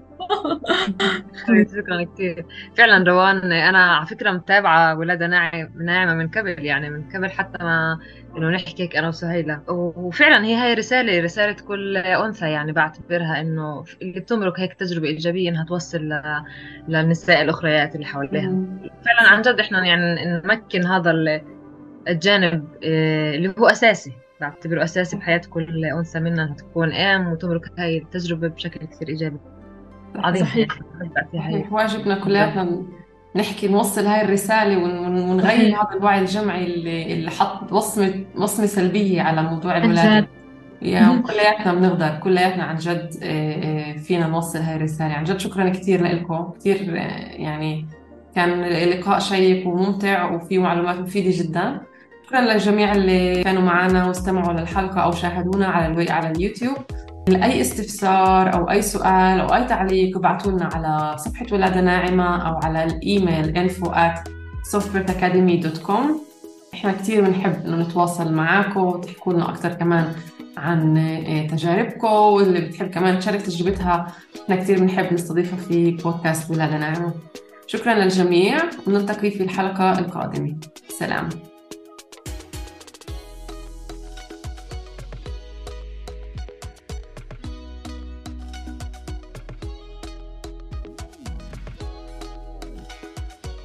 شكرا كثير. فعلا روان، انا على فكره متابعه ولاده ناعم ناعمه من قبل، يعني من قبل حتى ما انه نحكي هيك انا وسهيله. وفعلا هي هاي رساله رساله كل انثى، يعني بعتبرها انه اللي بتمرق هيك تجربه ايجابيه انها توصل ل... للنساء الاخريات اللي حواليها. فعلا عن جد احنا يعني نمكن هذا الجانب اللي هو اساسي، بعتبره اساسي بحياه كل انثى منا، انها تكون ام وتمرق هاي التجربه بشكل كثير ايجابي. عظيم. صحيح. صحيح، واجبنا كلياتنا نحكي، نوصل هاي الرسالة ونغير هذا الوعي الجمعي اللي اللي حط بصمة بصمة سلبية على موضوع الولادة. يعني كلياتنا بنقدر، كلياتنا عن جد فينا نوصل هاي الرسالة. عن جد شكرا كثير لكم، كثير يعني كان لقاء شيق وممتع وفيه معلومات مفيدة جدا. شكرا للجميع اللي كانوا معنا واستمعوا للحلقة أو شاهدونا على الوي على اليوتيوب. لأي استفسار أو أي سؤال أو أي تعليق ابعتوا لنا على صفحة ولادة ناعمة أو على الإيميل info at softbirthacademy dot com. إحنا كتير بنحب إنه نتواصل معاكم وتحكوا لنا أكتر كمان عن تجاربكم، واللي بتحب كمان تشارك تجربتها إحنا كتير بنحب نستضيفها في بودكاست ولادة ناعمة. شكرا للجميع، ونلتقي في الحلقة القادمة. سلام.